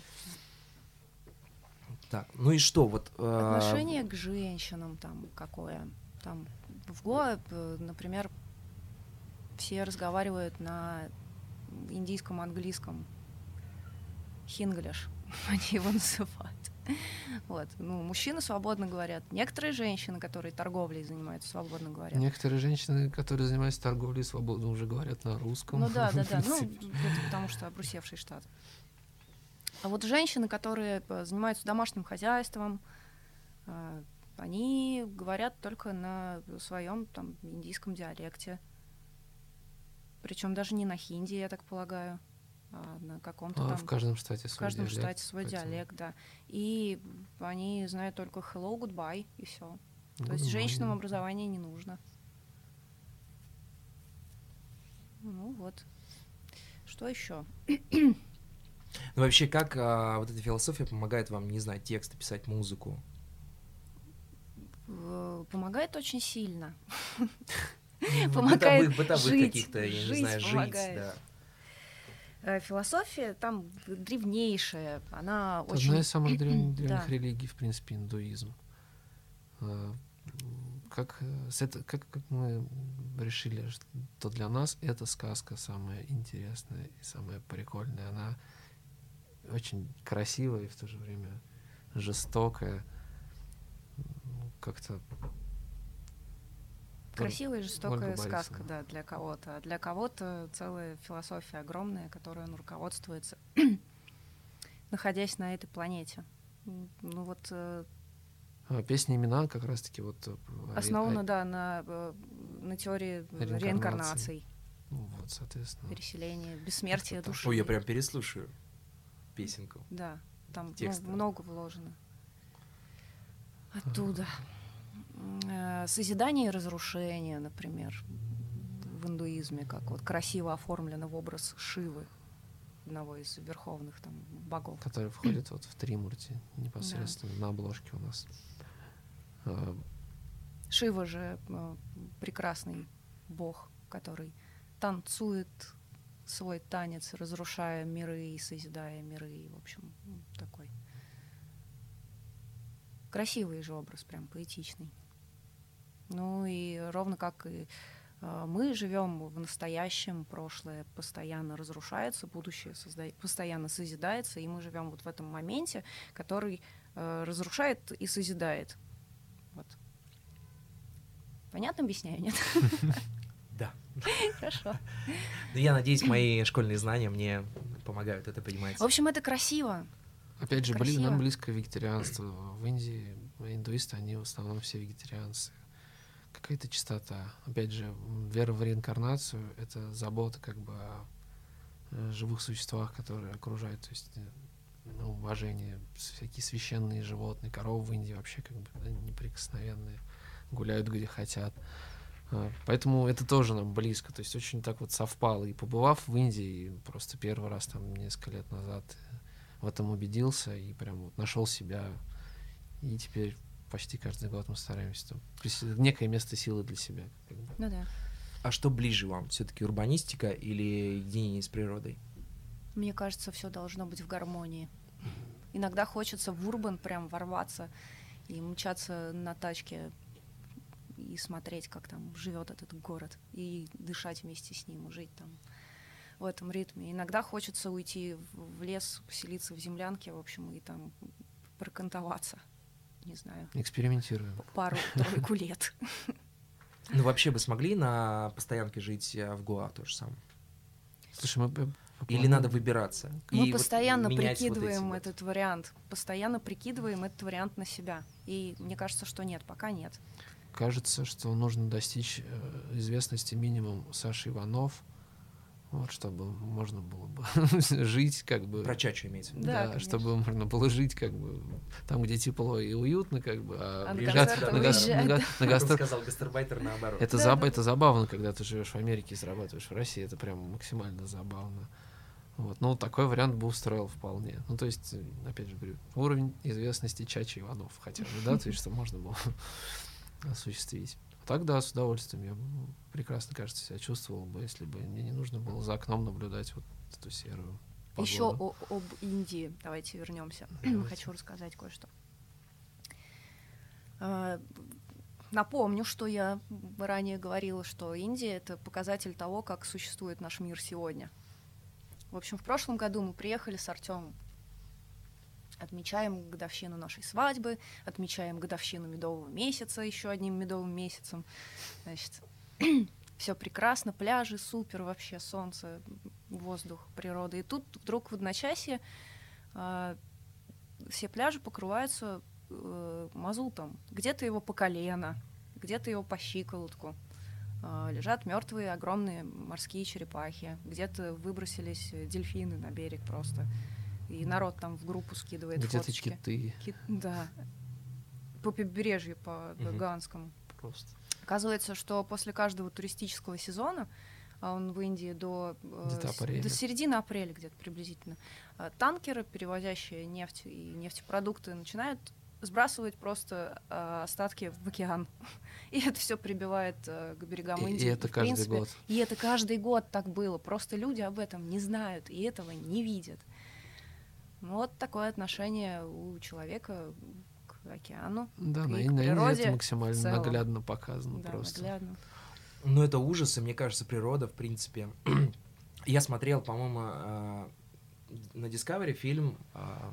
Так, ну и что, вот... э, Отношение к женщинам там какое? Там в Гоа, п- например, все разговаривают на индийском английском. Хинглиш, они его называют. Вот. Ну, мужчины свободно говорят. Некоторые женщины, которые торговлей занимаются, свободно говорят. Некоторые женщины, которые занимаются торговлей свободно, уже говорят на русском. Ну да, да, да. В Ну, принципе. это потому что обрусевший штат. А вот женщины, которые э, занимаются домашним хозяйством, э, они говорят только на своем там индийском диалекте. Причем даже не на хинди, я так полагаю, а на каком-то А там. в каждом штате В свой каждом диалект, штате свой поэтому- диалект, да. И они знают только hello, goodbye, и все. Ну, То есть нормально. женщинам образование не нужно. Ну вот. Что еще? Ну, вообще, как а, вот эта философия помогает вам, не знаю, тексты писать, музыку? Э, Помогает очень сильно. В Помогает бытовых, бытовых жить, каких-то, я не жить знаю, жить, помогает. да. Э, Философия там древнейшая, она Это очень... одна из самых древних, древних Да. религий, в принципе, индуизм. А, м, Как, э, с это, как, как мы решили, что для нас эта сказка самая интересная и самая прикольная. Она очень красивая и в то же время жестокая. М, Как-то Красивая и Ольга жестокая Борисовна. сказка, да, для кого-то. А для кого-то целая философия огромная, которой он руководствуется, находясь на этой планете. М, Ну вот э, А, песня имена как раз-таки вот э, ори- основана, а- да, на, э, на теории Реинкарнации. реинкарнаций, вот, соответственно. переселения, бессмертия Что-то души. Ой, я прям переслушаю песенку. Да, там ну, Тексты. много вложено. Оттуда. Э, Созидание и разрушение, например, в индуизме, как вот красиво оформлено в образ Шивы, одного из верховных там богов. Который входит вот в Тримурти непосредственно на обложке у нас. А, Шива же э, прекрасный бог, который танцует свой танец, разрушая миры и созидая миры. И, в общем, ну, такой красивый же образ, прям поэтичный. Ну и ровно как и э, мы живем в настоящем, прошлое постоянно разрушается, будущее созда- постоянно созидается, и мы живем вот в этом моменте, который э, разрушает и созидает. Вот. Понятно объясняю, нет? Да. Хорошо. Ну, я надеюсь, мои школьные знания мне помогают это понимать. В общем, это красиво. Опять же, бли- Красиво. нам близко вегетарианство. В Индии индуисты, они в основном все вегетарианцы. Какая-то чистота. Опять же, м, вера в реинкарнацию — это забота как бы о э, живых существах, которые окружают, то есть э, ну, уважение, всякие священные животные, коровы в Индии вообще как бы да, неприкосновенные, гуляют где хотят. А, Поэтому это тоже нам близко, то есть очень так вот совпало. И побывав в Индии, просто первый раз там несколько лет назад э, в этом убедился и прям вот нашел себя. И теперь почти каждый год мы стараемся там прис- некое место силы для себя. как бы. Ну да. А что ближе вам? Все-таки урбанистика или единение с природой? Мне кажется, все должно быть в гармонии. Иногда хочется в урбан прям ворваться и мчаться на тачке и смотреть, как там живет этот город, и дышать вместе с ним, жить там в этом ритме. Иногда хочется уйти в в лес, поселиться в землянке, в общем, и там прокантоваться, не знаю, Экспериментируем. пару-тройку лет. Ну, вообще бы смогли на постоянке жить э, в Гоа то же самое? Слушай, мы... п- Или по-моему, надо выбираться? Мы И вот постоянно менять вот эти прикидываем вот. этот вариант, постоянно прикидываем этот вариант на себя. И мне кажется, что нет, пока нет. Кажется, что нужно достичь э, известности минимум Саши Иванов, вот, чтобы можно было бы жить как бы... Про Чачу имеется в виду. Да, Да, конечно. чтобы можно было жить как бы там, где тепло и уютно, как бы, а, А на уезжать концерты на, гас- уезжать, на га- на Как он гастро- сказал гастарбайтер наоборот. Это, Да, заб- да, это забавно, когда ты живешь в Америке и зарабатываешь в России. Это прям максимально забавно. Вот. Ну, такой вариант бы устроил вполне. Ну, то есть, э, опять же говорю, уровень известности Чачи Иванов хотя бы, да, то есть, что можно было осуществить. А так, да, с удовольствием. Я бы прекрасно, кажется, себя чувствовал бы, если бы мне не нужно было за окном наблюдать вот эту серую погоду. Еще о- об Индии. Давайте вернемся. Давайте. Хочу рассказать кое-что. А, Напомню, что я ранее говорила, что Индия — это показатель того, как существует наш мир сегодня. В общем, в прошлом году мы приехали с Артемом. Отмечаем годовщину нашей свадьбы, отмечаем годовщину медового месяца еще одним медовым месяцем. Значит, все прекрасно, пляжи супер, вообще солнце, воздух, природа. И тут вдруг в одночасье а, все пляжи покрываются э, мазутом. Где-то его по колено, где-то его по щиколотку. А, лежат мертвые огромные морские черепахи. Где-то выбросились дельфины на берег просто. И народ там в группу скидывает Где-то фоточки. киты Кит- Да. По побережью, по Мгм. Ганскому. просто. Оказывается, что после каждого туристического сезона, а он в Индии до, э, Где-то с- апреля. до середины апреля где-то приблизительно, э, танкеры, перевозящие нефть и нефтепродукты, начинают сбрасывать просто э, остатки в океан. И это все прибивает э, к берегам И, Индии. и это в каждый принципе, год. И это каждый год так было. Просто люди об этом не знают и этого не видят. Ну, вот такое отношение у человека к океану. Да, к- на, и и к на Индии природе это в максимально целом. наглядно показано Да, просто. наглядно. Ну, это ужас, и мне кажется, природа, в принципе. Я смотрел, по-моему, э, на Discovery фильм, э,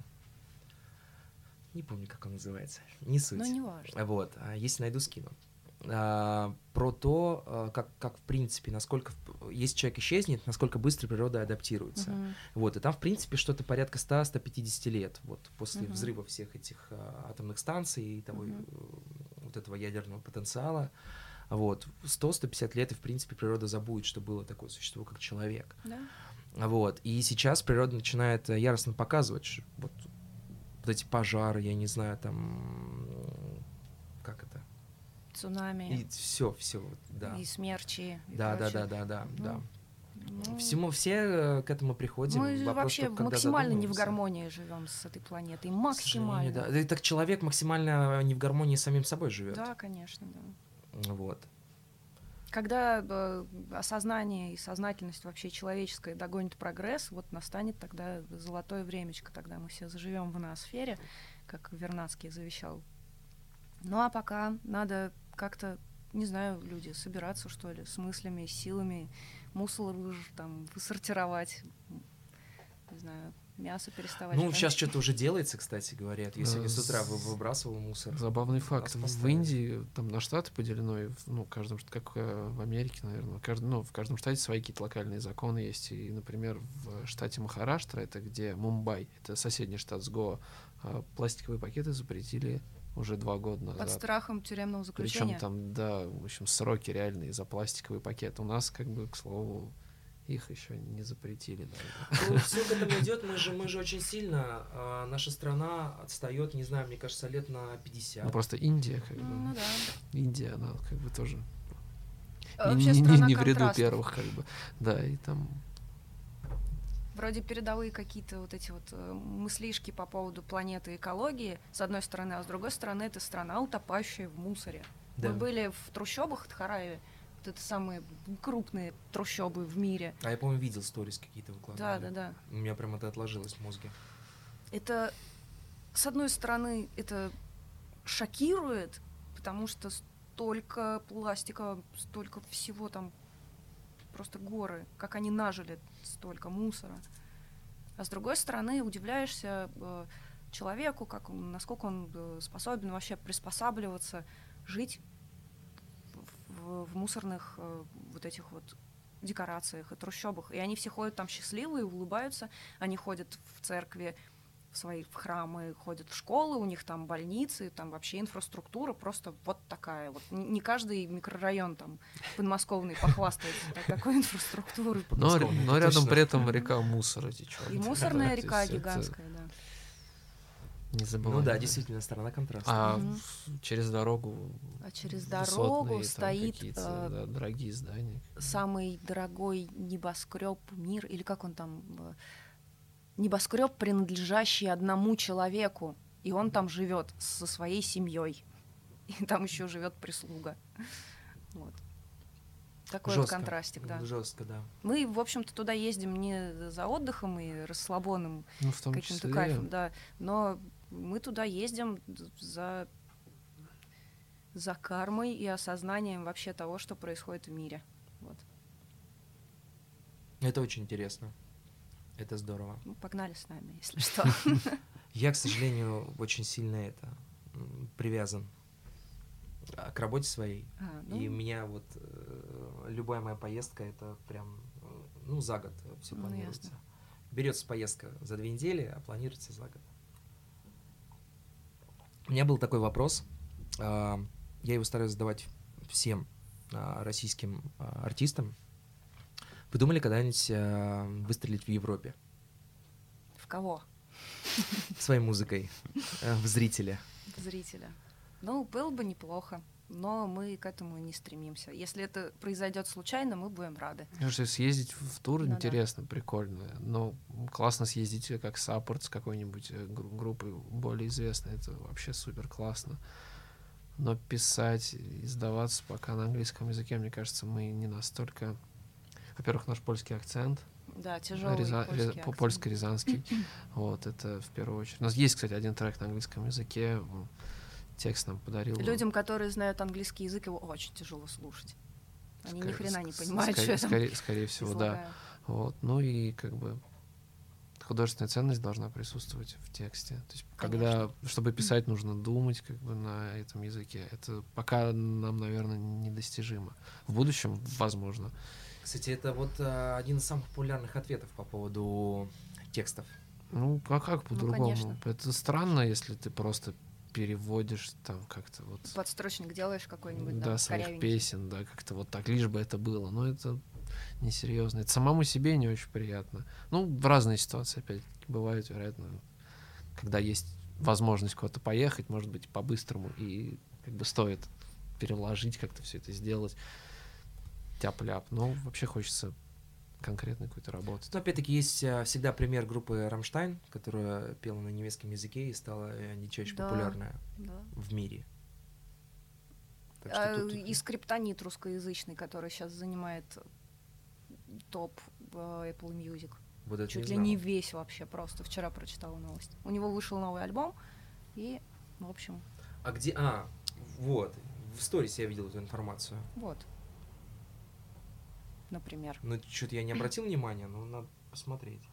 не помню, как он называется, не суть. Ну, неважно. Вот, а если найду, скину. А, про то, а, как, как, в принципе, насколько, в- если человек исчезнет, насколько быстро природа адаптируется. Мгм. Вот, и там, в принципе, что-то порядка ста - ста пятидесяти лет, вот, после Мгм. взрыва всех этих а, атомных станций и того, Мгм. э, вот этого ядерного потенциала. Вот, сто - сто пятьдесят лет, и, в принципе, природа забудет, что было такое существо, как человек. Да. Вот, и сейчас природа начинает э, яростно показывать, ш- вот, вот эти пожары, я не знаю, там, м, как это, Цунами и все, все, да. и смерчи. И Да, да, прочее. да, да, да, Ну, да. Ну, Всему все э, к этому приходим. Мы Вопрос вообще только, когда максимально не в задумываемся. гармонии живем с этой планетой. К Максимально. сожалению, да. Да и так человек максимально не в гармонии с самим собой живет. Да, конечно, да. Вот. Когда э, осознание и сознательность вообще человеческая догонит прогресс, вот настанет тогда золотое времечко, тогда мы все заживем в ноосфере, как Вернадский завещал. Ну а пока надо как-то, не знаю, люди, собираться, что ли, с мыслями, с силами, мусор там высортировать, не знаю, мясо переставать Ну, жрать. сейчас что-то уже делается, кстати, говорят. Я сегодня Да, с утра вы- з- выбрасывал мусор. Забавный Нас факт. В поставили. Индии там на штаты поделено, и в, ну, каждом, ш- как э, в Америке, наверное, каждый, ну, в каждом штате свои какие-то локальные законы есть. И, например, в штате Махараштра, это где Мумбай, это соседний штат с Гоа, а, пластиковые пакеты запретили уже два года назад. Под страхом тюремного Причем заключения. там, да, в общем, сроки реальные за пластиковый пакет. У нас, как бы, к слову, их еще не запретили. даже. Все к этому идет. Мы же, мы же очень сильно. а, наша страна отстает, не знаю, мне кажется, лет на пятьдесят. Ну, просто Индия, как бы, Ну да. Индия, она как бы тоже А не, вообще не- страна не в ряду контрастов. первых, как бы. Да, и там Вроде передовые какие-то вот эти вот э, мыслишки по поводу планеты и экологии, с одной стороны, а с другой стороны, это страна, утопающая в мусоре. Да. Мы были в трущобах Тхараеве, вот это самые крупные трущобы в мире. А я, по-моему, видел сторис какие-то Да, выкладывали. да, да. У меня прям это отложилось в мозге. Это, с одной стороны, это шокирует, потому что столько пластика, столько всего там, просто горы, как они нажили столько мусора. А с другой стороны, удивляешься э, человеку, как он, насколько он э, способен вообще приспосабливаться, жить в, в- в мусорных э, вот этих вот декорациях и трущобах. И они все ходят там счастливые, улыбаются, они ходят в церкви, в свои в храмы, ходят в школы, у них там больницы, там вообще инфраструктура просто вот такая. Вот Н- не каждый микрорайон там подмосковный похвастается так- такой инфраструктурой. Но, р- Подмосковный, но это рядом точно. при этом река мусора течет. И мусорная То река есть это гигантская, да. Не забываем. Ну да, действительно, сторона контраста. А Мгм. в- через дорогу А через высотные дорогу там стоит какие-то, э, да, дорогие здания. самый дорогой небоскреб мир, или как он там, э, небоскреб, принадлежащий одному человеку, и он там живет со своей семьей, и там еще живет прислуга. Вот. Такой вот Жестко. контрастик, да. Жестко, да. Мы, в общем-то, туда ездим не за отдыхом и расслабоном, Ну, в том каким-то числе. кайфом, да, но мы туда ездим за за кармой и осознанием вообще того, что происходит в мире. Вот. Это очень интересно. Это здорово. Ну, погнали с нами, если что. Я, к сожалению, очень сильно это м, привязан а, к работе своей. А, ну, И у меня вот э, любая моя поездка это прям э, ну за год все Ну, планируется. ясно. Берется поездка за две недели, а планируется за год. У меня был такой вопрос. а, Я его стараюсь задавать всем а, российским а, артистам. Вы думали когда-нибудь а, выстрелить в Европе в кого? своей музыкой, а, в зрителя? В зрителя. Ну, было бы неплохо. но мы к этому не стремимся. Если это произойдет случайно, мы будем рады. Потому что съездить в тур Ну да. интересно, прикольно. Но классно съездить как саппорт с какой-нибудь э, гру- группой более известной. Это вообще супер классно. Но писать, издаваться пока на английском языке, мне кажется, мы не настолько... Во-первых, наш польский акцент, Да, тяжелый Ряза- польский Ря- акцент. польско-рязанский. Вот, это в первую очередь. У нас есть, кстати, один трек на английском языке. м, Текст нам подарил. Людям, которые знают английский язык, его очень тяжело слушать. Они ни Ска- хрена не ск- понимают, скорее, что я там скорее, скорее всего, да. излагаю. Вот. Ну и как бы художественная ценность должна присутствовать в тексте. То есть, когда, чтобы писать, нужно думать как бы на этом языке. Это пока нам, наверное, недостижимо. В будущем, возможно. Кстати, это вот а, один из самых популярных ответов по поводу текстов. Ну, а как по-другому? конечно. Это странно, если ты просто переводишь там как-то вот... Подстрочник делаешь какой-нибудь, Да, да, своих корявенький. песен, да, как-то вот так, лишь бы это было. Но это несерьезно. Это самому себе не очень приятно. Ну, в разные ситуации, опять бывают, вероятно, когда есть возможность куда-то поехать, может быть, по-быстрому, и как бы стоит переложить, как-то все это сделать. Тяп-ляп. Но вообще хочется конкретной какой-то работы. Но опять-таки есть а, всегда пример группы «Рамштайн», которая пела на немецком языке и стала э, дичайше Да. популярная Да. в мире. Так что А, тут- тут- и скриптонит русскоязычный, который сейчас занимает топ в Apple Music. вот это Чуть не ли не знал. весь вообще, просто вчера прочитала новость. У него вышел новый альбом, и, в общем, А где... А, вот. В сторис я видел эту информацию. вот. Например. Ну, что-то я не обратил внимания, но надо посмотреть.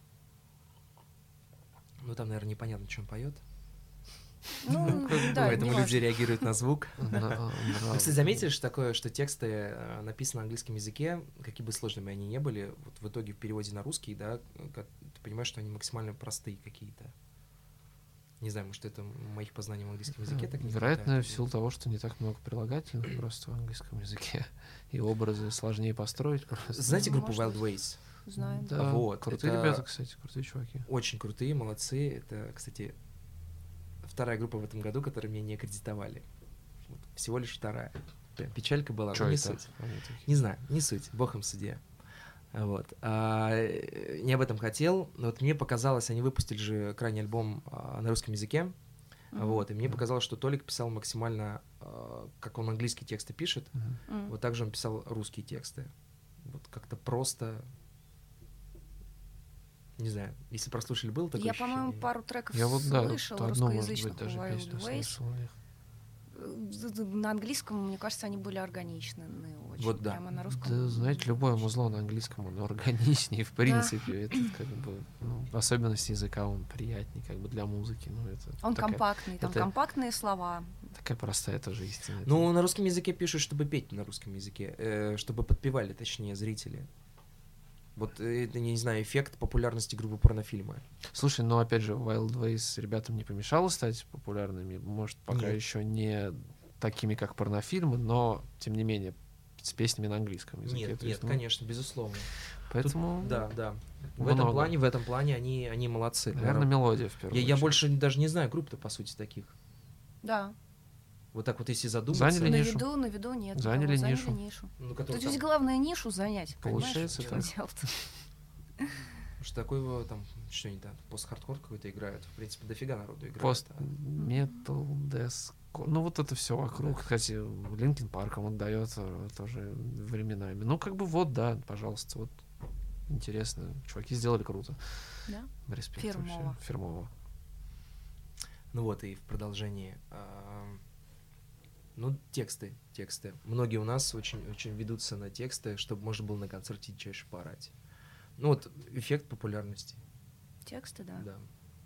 Ну, там, наверное, непонятно, что он поет. Ну, да, Поэтому неважно. люди реагируют на звук. На- Вы, кстати, заметили, что такое, что тексты э, написаны на английском языке, какие бы сложными они ни были, вот в итоге в переводе на русский, да, как- ты понимаешь, что они максимально простые какие-то. Не знаю, может, это моих познаний в английском языке так не Вероятно, хватает. в силу того, что не так много прилагательных просто в английском языке. И образы сложнее построить просто. Знаете группу Может Wild быть. Ways? Знаем. Да, Вот, крутые это- ребята, кстати, крутые чуваки. Очень крутые, молодцы. Это, кстати, вторая группа в этом году, которую мне не аккредитовали. Вот, всего лишь вторая. Прям печалька была, Чё но не это? суть. Они такие. Не знаю, не суть, бог им судья. Вот. А, э, не об этом хотел. но Вот мне показалось, они выпустили же крайний альбом а, на русском языке. Мгм. Вот, и мне показалось, что Толик писал максимально, а, как он английские тексты пишет, Мгм. М. вот так же он писал русские тексты. Вот как-то просто... Не знаю, если прослушали, было такое Я, по-моему, ощущение? пару треков Я вот, да, слышал то одну, может быть, русскоязычных даже Wild песню Ways. слышал у них. Э, На английском, мне кажется, они были органичны очень. Вот да. Прямо на русском. Да, знаете, любое музло на английском, оно органичнее, в принципе. Это как бы, ну, особенность языка, он приятнее, как бы для музыки. Ну, это Он такая, компактный, там это- компактные слова. такая простая тоже истина. Ну, на русском языке пишут, чтобы петь на русском языке, э, чтобы подпевали, точнее, зрители. Вот э, это, не знаю, эффект популярности группы порнофильма. Слушай, ну опять же, Wild Ways ребятам не помешало стать популярными. Может, пока Нет. еще не такими, как порнофильмы, но тем не менее с песнями на английском языке. Нет, То нет, есть, ну, конечно, безусловно. Поэтому, Да, да. В Много. этом плане, в этом плане они, они молодцы. наверное, мелодия в первую я, я очередь. больше даже не знаю групп-то, по сути, таких. Да. Вот так вот, если задуматься. Заняли На нишу. виду, на виду нет. Заняли никого. нишу. нишу. Ну, Тут который ведь там- главное нишу занять. Получается понимаешь, в чём так. дело-то? что такое его там, что они там, пост-хардкор какой-то играют. В принципе, дофига народу играют. Пост, а. метал, деск. Ну, вот это все вокруг. Кстати, Линкин Парком отдает тоже временами. Ну, как бы вот, да, пожалуйста, вот интересно. Чуваки сделали круто. Да. Респект Фирмово. вообще. Фирмово. Ну вот, и в продолжении. а, Ну, тексты, тексты. Многие у нас очень, очень ведутся на тексты, чтобы можно было на концерте чаще поорать. Ну вот, эффект популярности. Тексты, да. Да.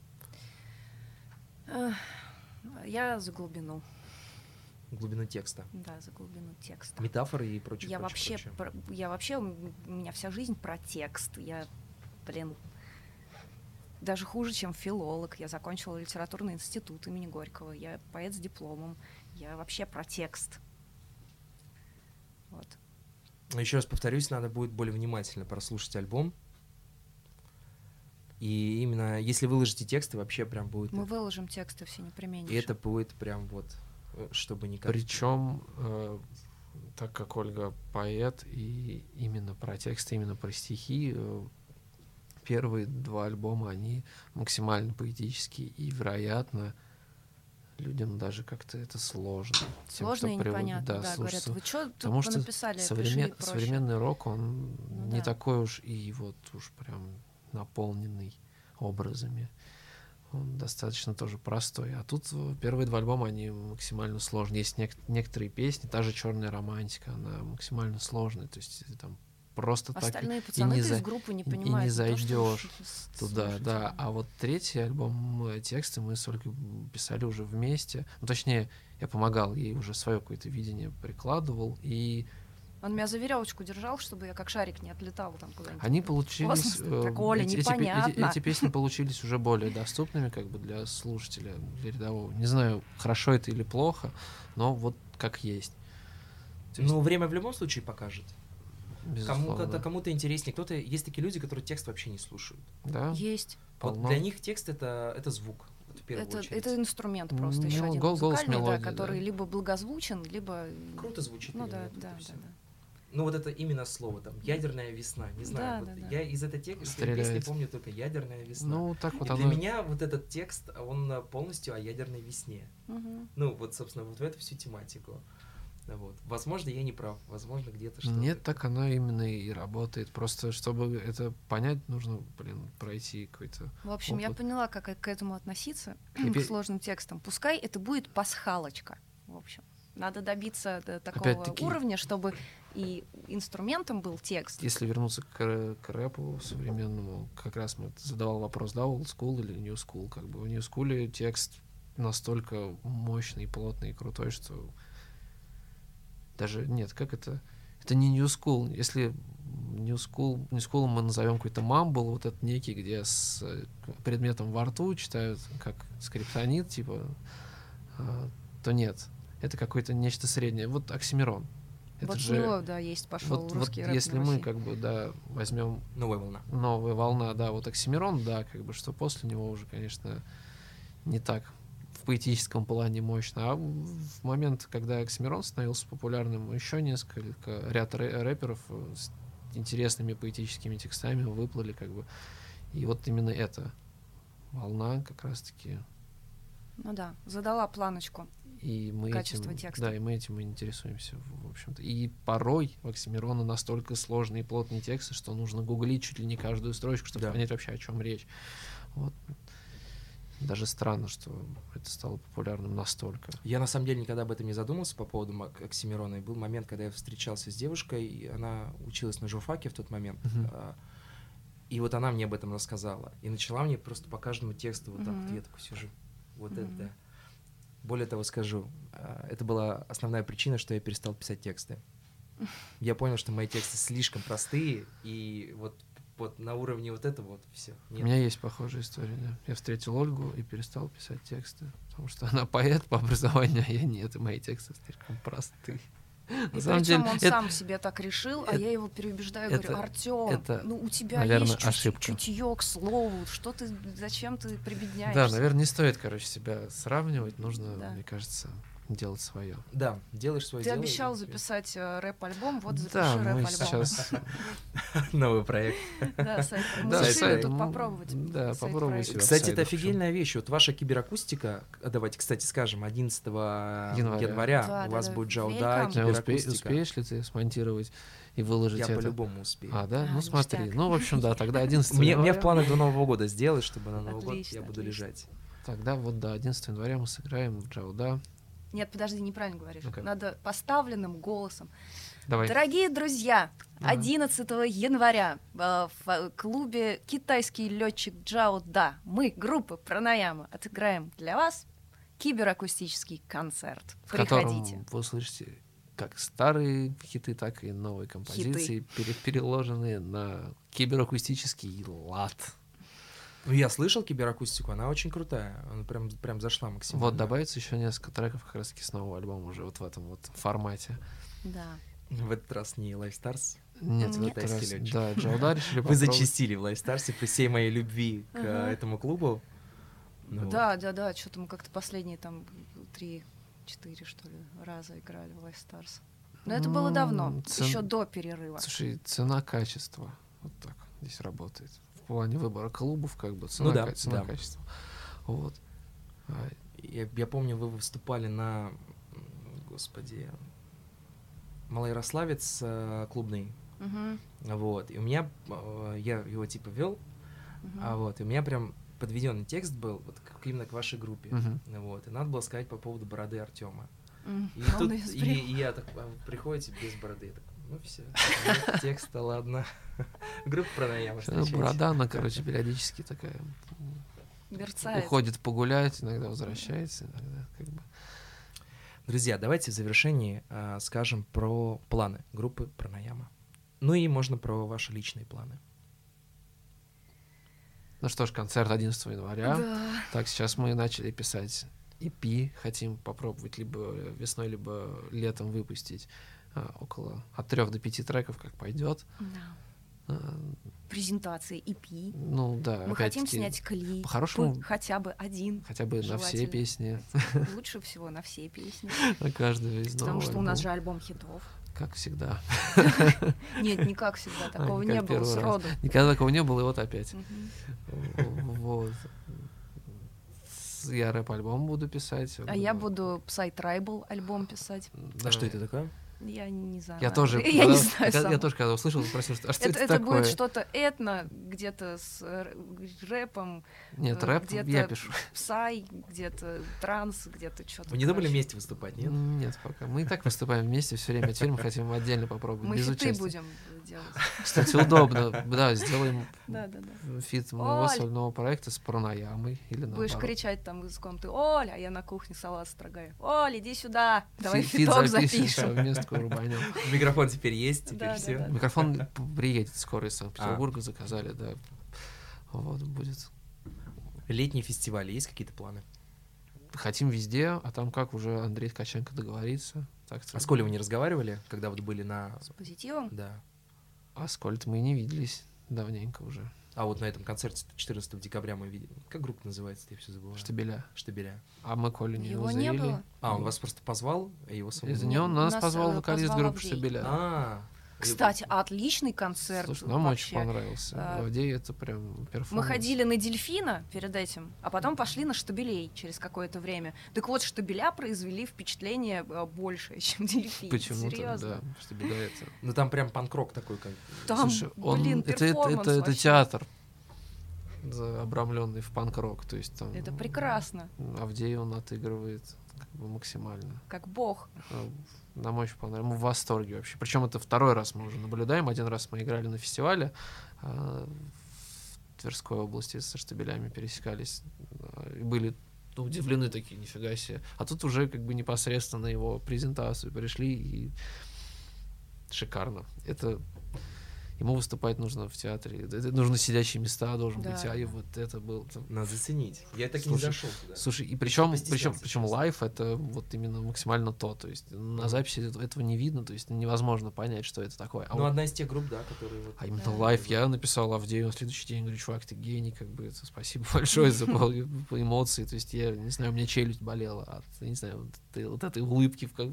Эх, Я за глубину. Глубину текста. Да, за глубину текста. Метафоры и прочее. Я прочее, вообще, прочее. про- я вообще, у меня вся жизнь про текст. Я, блин, даже хуже, чем филолог. Я закончила литературный институт имени Горького. Я поэт с дипломом. Я вообще про текст. Вот. Но еще раз повторюсь, надо будет более внимательно прослушать альбом. И именно если выложите тексты, вообще прям будет... Мы выложим тексты все непременно. И это будет прям вот э, чтобы не как... Причем, э, так как Ольга поэт, и именно про тексты, именно про стихи, э, первые два альбома, они максимально поэтические, и, вероятно, людям даже как-то это сложно. Тем, Сложно кто и привык, непонятно, да, слушать говорят, св- вы что тут Потому что написали, современ- пиши проще. современный рок, он Ну не да. такой уж и вот уж прям наполненный образами. Он достаточно тоже простой. А тут э, первые два альбома, они максимально сложные. Есть нек- некоторые песни, та же «Черная романтика», она максимально сложная. То есть ты там просто Остальные так и пацаны не, из за- группы не и не понимают. то, что зайдешь уж с- туда, слушайте. да. А вот третий альбом, э, тексты мы с Ольгой писали уже вместе. Ну, точнее, я помогал ей, уже свое какое-то видение прикладывал. И Он меня за веревочку держал, чтобы я как шарик не отлетала там куда-нибудь. они получились... Космос. э, Так, Оля, эти, эти пе- эти- непонятно. эти песни получились уже более доступными как бы для слушателя, для рядового. Не знаю, хорошо это или плохо, но вот как есть. То есть, Ну, время в любом случае покажет. безусловно. Кому-то, кому-то интереснее, кто-то... Есть такие люди, которые текст вообще не слушают. Да, Есть. Вот полно. для них текст — это, это звук, вот в первую Это, очередь. это инструмент просто Ну, еще один гол- голос, музыкальный, мелодия, да, который да. либо благозвучен, либо... Круто звучит. Ну или да, нет, да, это да, всё. да. Ну вот это именно слово, там, ядерная весна, не знаю, Да, вот да, да. я из этой текста песни Стреляет. помню только ядерная весна. Ну, так вот И для оно... меня вот этот текст, он а, полностью о ядерной весне. Мгм. Ну, вот, собственно, вот в эту всю тематику. Вот. Возможно, я не прав, возможно, где-то что-то. Нет, так оно именно и работает. Просто чтобы это понять, нужно, блин, пройти какой-то... В общем, я опыт. поняла, как к этому относиться, И к пе- сложным текстам. Пускай это будет пасхалочка, в общем. Надо добиться до такого Опять-таки- уровня, чтобы и инструментом был текст. Если вернуться к, рэ- к рэпу современному, как раз мы задавал вопрос, да, old school или new school, как бы в new school текст настолько мощный, плотный и крутой, что даже нет, как это? Это не new school. Если new school, new school мы назовем какой-то мамбл, вот этот некий, где с э, предметом во рту читают как скриптонит, типа, а, то нет. Это какое-то нечто среднее. Вот оксимирон. Это Вот же... с него, да, есть пошел Вот, вот русский рэп если на мы Руси. как бы, да, возьмем Новая волна. новая волна, да, вот оксимирон, да, как бы, что после него уже, конечно, не так в поэтическом плане мощно. А в момент, когда оксимирон становился популярным, еще несколько, ряд рэ- рэперов с интересными поэтическими текстами выплыли, как бы. И вот именно эта волна как раз-таки... Ну да, задала планочку. И мы Качество этим, текста. да, и мы этим и интересуемся, в в общем-то. И порой у Оксимирона настолько сложные и плотные тексты, что нужно гуглить чуть ли не каждую строчку, чтобы Да. понять вообще, о чем речь. Вот. Даже странно, что это стало популярным настолько. Я на самом деле никогда об этом не задумывался по поводу Мак- Оксимирона. И был момент, когда я встречался с девушкой, и она училась на журфаке в тот момент. Мгм. а, И вот она мне об этом рассказала. И начала мне просто по каждому тексту вот так вот, Мгм. я такой сижу. Вот Мгм. это да. Более того скажу, а, это была основная причина, что я перестал писать тексты. Я понял, что мои тексты слишком простые, и вот, вот на уровне вот этого вот все. У меня есть похожая история, да. Я встретил Ольгу и перестал писать тексты, потому что она поэт по образованию, а я нет, и мои тексты слишком простые. И На самом причем деле, он это- сам себе так решил, а это- я его переубеждаю, это- говорю, Артем, это, ну у тебя наверное, есть чуть- ошибка. чутье к слову, что ты, зачем ты прибедняешься? Да, наверное, не стоит, короче, себя сравнивать. Нужно, Да. мне кажется, делать свое. Да, делаешь свое Ты дело. обещал и- записать э, рэп-альбом, вот запиши Да, мы рэп-альбом. сейчас... Новый проект. Да, сайт. Мы Да, решили сайт, тут м, попробовать. да, сайт попробуй проект. себя. Кстати, сайт, это в общем. офигенная вещь. Вот ваша киберакустика, а давайте, кстати, скажем, одиннадцатого Января. января Да, у да, вас да. будет Джауда, Welcome. Да, успе- киберакустика. успеешь ли ты смонтировать и выложить Я это? по-любому успею. А, да? А, ну смотри. ништяк. Ну, в общем, да, тогда одиннадцатого Мне, мне января... в планах до Нового года сделать, чтобы на Новый год Отлично, я буду отлично. лежать. Тогда вот, да, одиннадцатого января мы сыграем в Джауда. Нет, подожди, неправильно говоришь. Ну-ка. Надо поставленным голосом. Давай. Дорогие друзья, Ага. одиннадцатого января э, в э, клубе «Китайский летчик Джао Да» мы, группа Пранаяма, отыграем для вас киберакустический концерт. В котором Приходите. вы услышите как старые хиты, так и новые композиции, пере- переложенные на киберакустический лад. Ну, я слышал киберакустику, она очень крутая. Она прям, прям зашла максимально. Вот добавится еще несколько треков как раз таки с нового альбома уже вот в этом вот формате. Да. В этот раз не Live Stars. Нет, в Нет. этот раз, Китайский летчик. да, Джауда решили Вы попробовать. зачастили в Live Stars при всей моей любви к Ага. этому клубу. Ну, Да, да, да, что-то мы как-то последние там три четыре, что ли, раза играли в Live Stars. Но это было давно, М, цен- еще до перерыва. Слушай, цена-качество вот так здесь работает. В плане выбора клубов, как бы Ну да, цена-качество. да. Цена-качество. Вот. А, Я, я помню, вы выступали на, м, господи, Малоярославец э, клубный, Мгм, вот, и у меня, э, я его типа вел, мгм. а вот, и у меня прям подведенный текст был вот к- именно к вашей группе, мгм. вот, и надо было сказать по поводу бороды Артема. М, И, он тут, её и, сбрил. и я так, а, приходите без бороды, я так, ну все, текста, ладно. Группа Пранаяма, Ну, встречайте. борода, она, короче, периодически такая Мерцает. уходит погулять, иногда возвращается, иногда как бы. Друзья, давайте в завершении а, скажем про планы группы Пранаяма. Ну и можно про ваши личные планы. Ну что ж, концерт одиннадцатого января. Да. Так, сейчас мы начали писать и пи, хотим попробовать либо весной, либо летом выпустить а, около от трех до пяти треков, как пойдет. Да. А, Презентации и пи. ну да, Мы хотим опять-таки, снять клип. по-хорошему- П- Хотя бы один. хотя бы на все желательно. песни, Лучше всего на все песни. на каждую из Потому нового что у нас альбома, же альбом хитов. как всегда. Нет, не как всегда. Такого не не как было первый раз. сроду. Никогда такого не было, и вот опять. Мгм. Вот. С- Я рэп-альбом буду писать. А я буду Psy Tribal альбом писать. Да. А что это такое? Я не знаю. Я тоже, Я когда- не знаю я, сама. я тоже когда услышал, спросил, что, а что Это, это, это такое? будет что-то этно, где-то с р- рэпом, Нет, э, рэп где-то я пишу. псай, где-то транс, где-то что-то. Вы не думали вместе выступать, нет? Нет, пока. Мы и так выступаем вместе все время, а теперь мы хотим отдельно попробовать, Мы без хиты участия. будем делать. Кстати, удобно. Да, сделаем Да, да, да. фит моего Оль! сольного проекта с Пранаямой или Будешь наоборот. кричать там из комнаты: Оля, а я на кухне салат строгаю. Оля, иди сюда, давай Фи- фиток запишем, запишем. совместку рубанем. Микрофон теперь есть, теперь Да, да, все. да. Микрофон п- приедет скоро из А. Санкт-Петербурга, заказали, да. Вот, будет. Летний фестиваль, есть какие-то планы? Хотим везде, а там как уже Андрей Ткаченко договорится. Так А с Колей вы не разговаривали, когда вот были на... С позитивом? Да. А с Колей-то мы и не виделись давненько уже. А вот на этом концерте четырнадцатого декабря мы видели. Как группа называется, я все забываю. Штабеля. Штабеля. А мы Колю не Его не завели. было. А, он вас просто позвал, а его самого... Из-за Нет, него нас, нас, позвал э, вокалист позвал группы Авдей. Штабеля. А, Кстати, отличный концерт. Слушай, нам вообще. очень понравился. А, Авдей это прям перформанс. Мы ходили на Дельфина перед этим, а потом пошли на Штабелей через какое-то время. Так вот, Штабеля произвели впечатление э, большее, чем Дельфин. Почему-то, Серьезно. да. Штабеля это... ну там прям панк-рок такой, как... Там, Слушай, он, блин, это, это, перформанс это, это вообще. театр, за- обрамленный в панк-рок. То есть там... Это прекрасно, Авдей он отыгрывает как бы максимально. как бог. А, Нам очень понравилось. Мы в восторге вообще. Причем это второй раз мы уже наблюдаем. Один раз мы играли на фестивале а, в Тверской области со Штабелями пересекались. а, И были ну, удивлены такие, нифига себе. А тут уже как бы непосредственно на его презентацию пришли и шикарно. Это ему выступать нужно в театре. Это нужно сидящие места, должен Да, быть. А и да. вот это был... Надо заценить. Я так и Слушай, не зашел туда. Слушай, и причем, постесняться, причем, причем честно. лайв это вот именно максимально то. То есть на записи это- этого не видно, то есть невозможно понять, что это такое. А, Ну, вот- одна из тех групп, да, которые вот... а именно Да. лайв я написал Авдею на следующий день, говорю, чувак, ты гений, как бы, это спасибо большое за пол- эмоции. То есть я, не знаю, у меня челюсть болела от, я не знаю, вот, этой- вот этой улыбки. в как-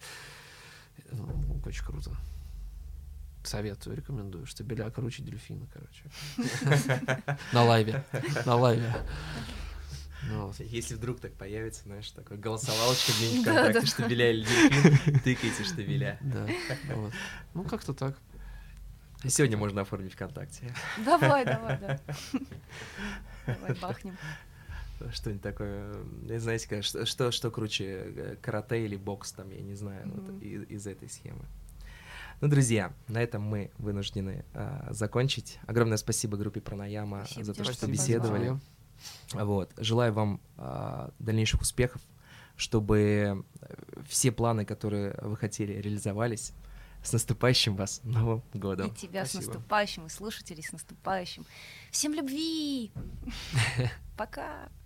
Ну, очень круто. Советую, рекомендую. Штабеля круче дельфина, короче. На лайве. На лайве. Ну, вот. Если вдруг так появится, знаешь, такой голосовалочка где-нибудь Да, ВКонтакте, да. Штабеля или дельфин, тыкайте Штабеля. Да, вот. Ну, как-то так. И сегодня можно оформить ВКонтакте. Давай, давай, да. Давай бахнем. Что-нибудь такое, э, знаете, как, что, что, что круче, э, карате или бокс, там, я не знаю, вот Мгм. из, из этой схемы. Ну, друзья, на этом мы вынуждены э, закончить. Огромное спасибо группе Пранаяма Спасибо за то, тебе, что что беседовали. позвали. Вот. Желаю вам э, дальнейших успехов, чтобы все планы, которые вы хотели, реализовались. С наступающим вас Новым годом! И тебя с Спасибо. наступающим, и слушателей с наступающим. Всем любви! Пока!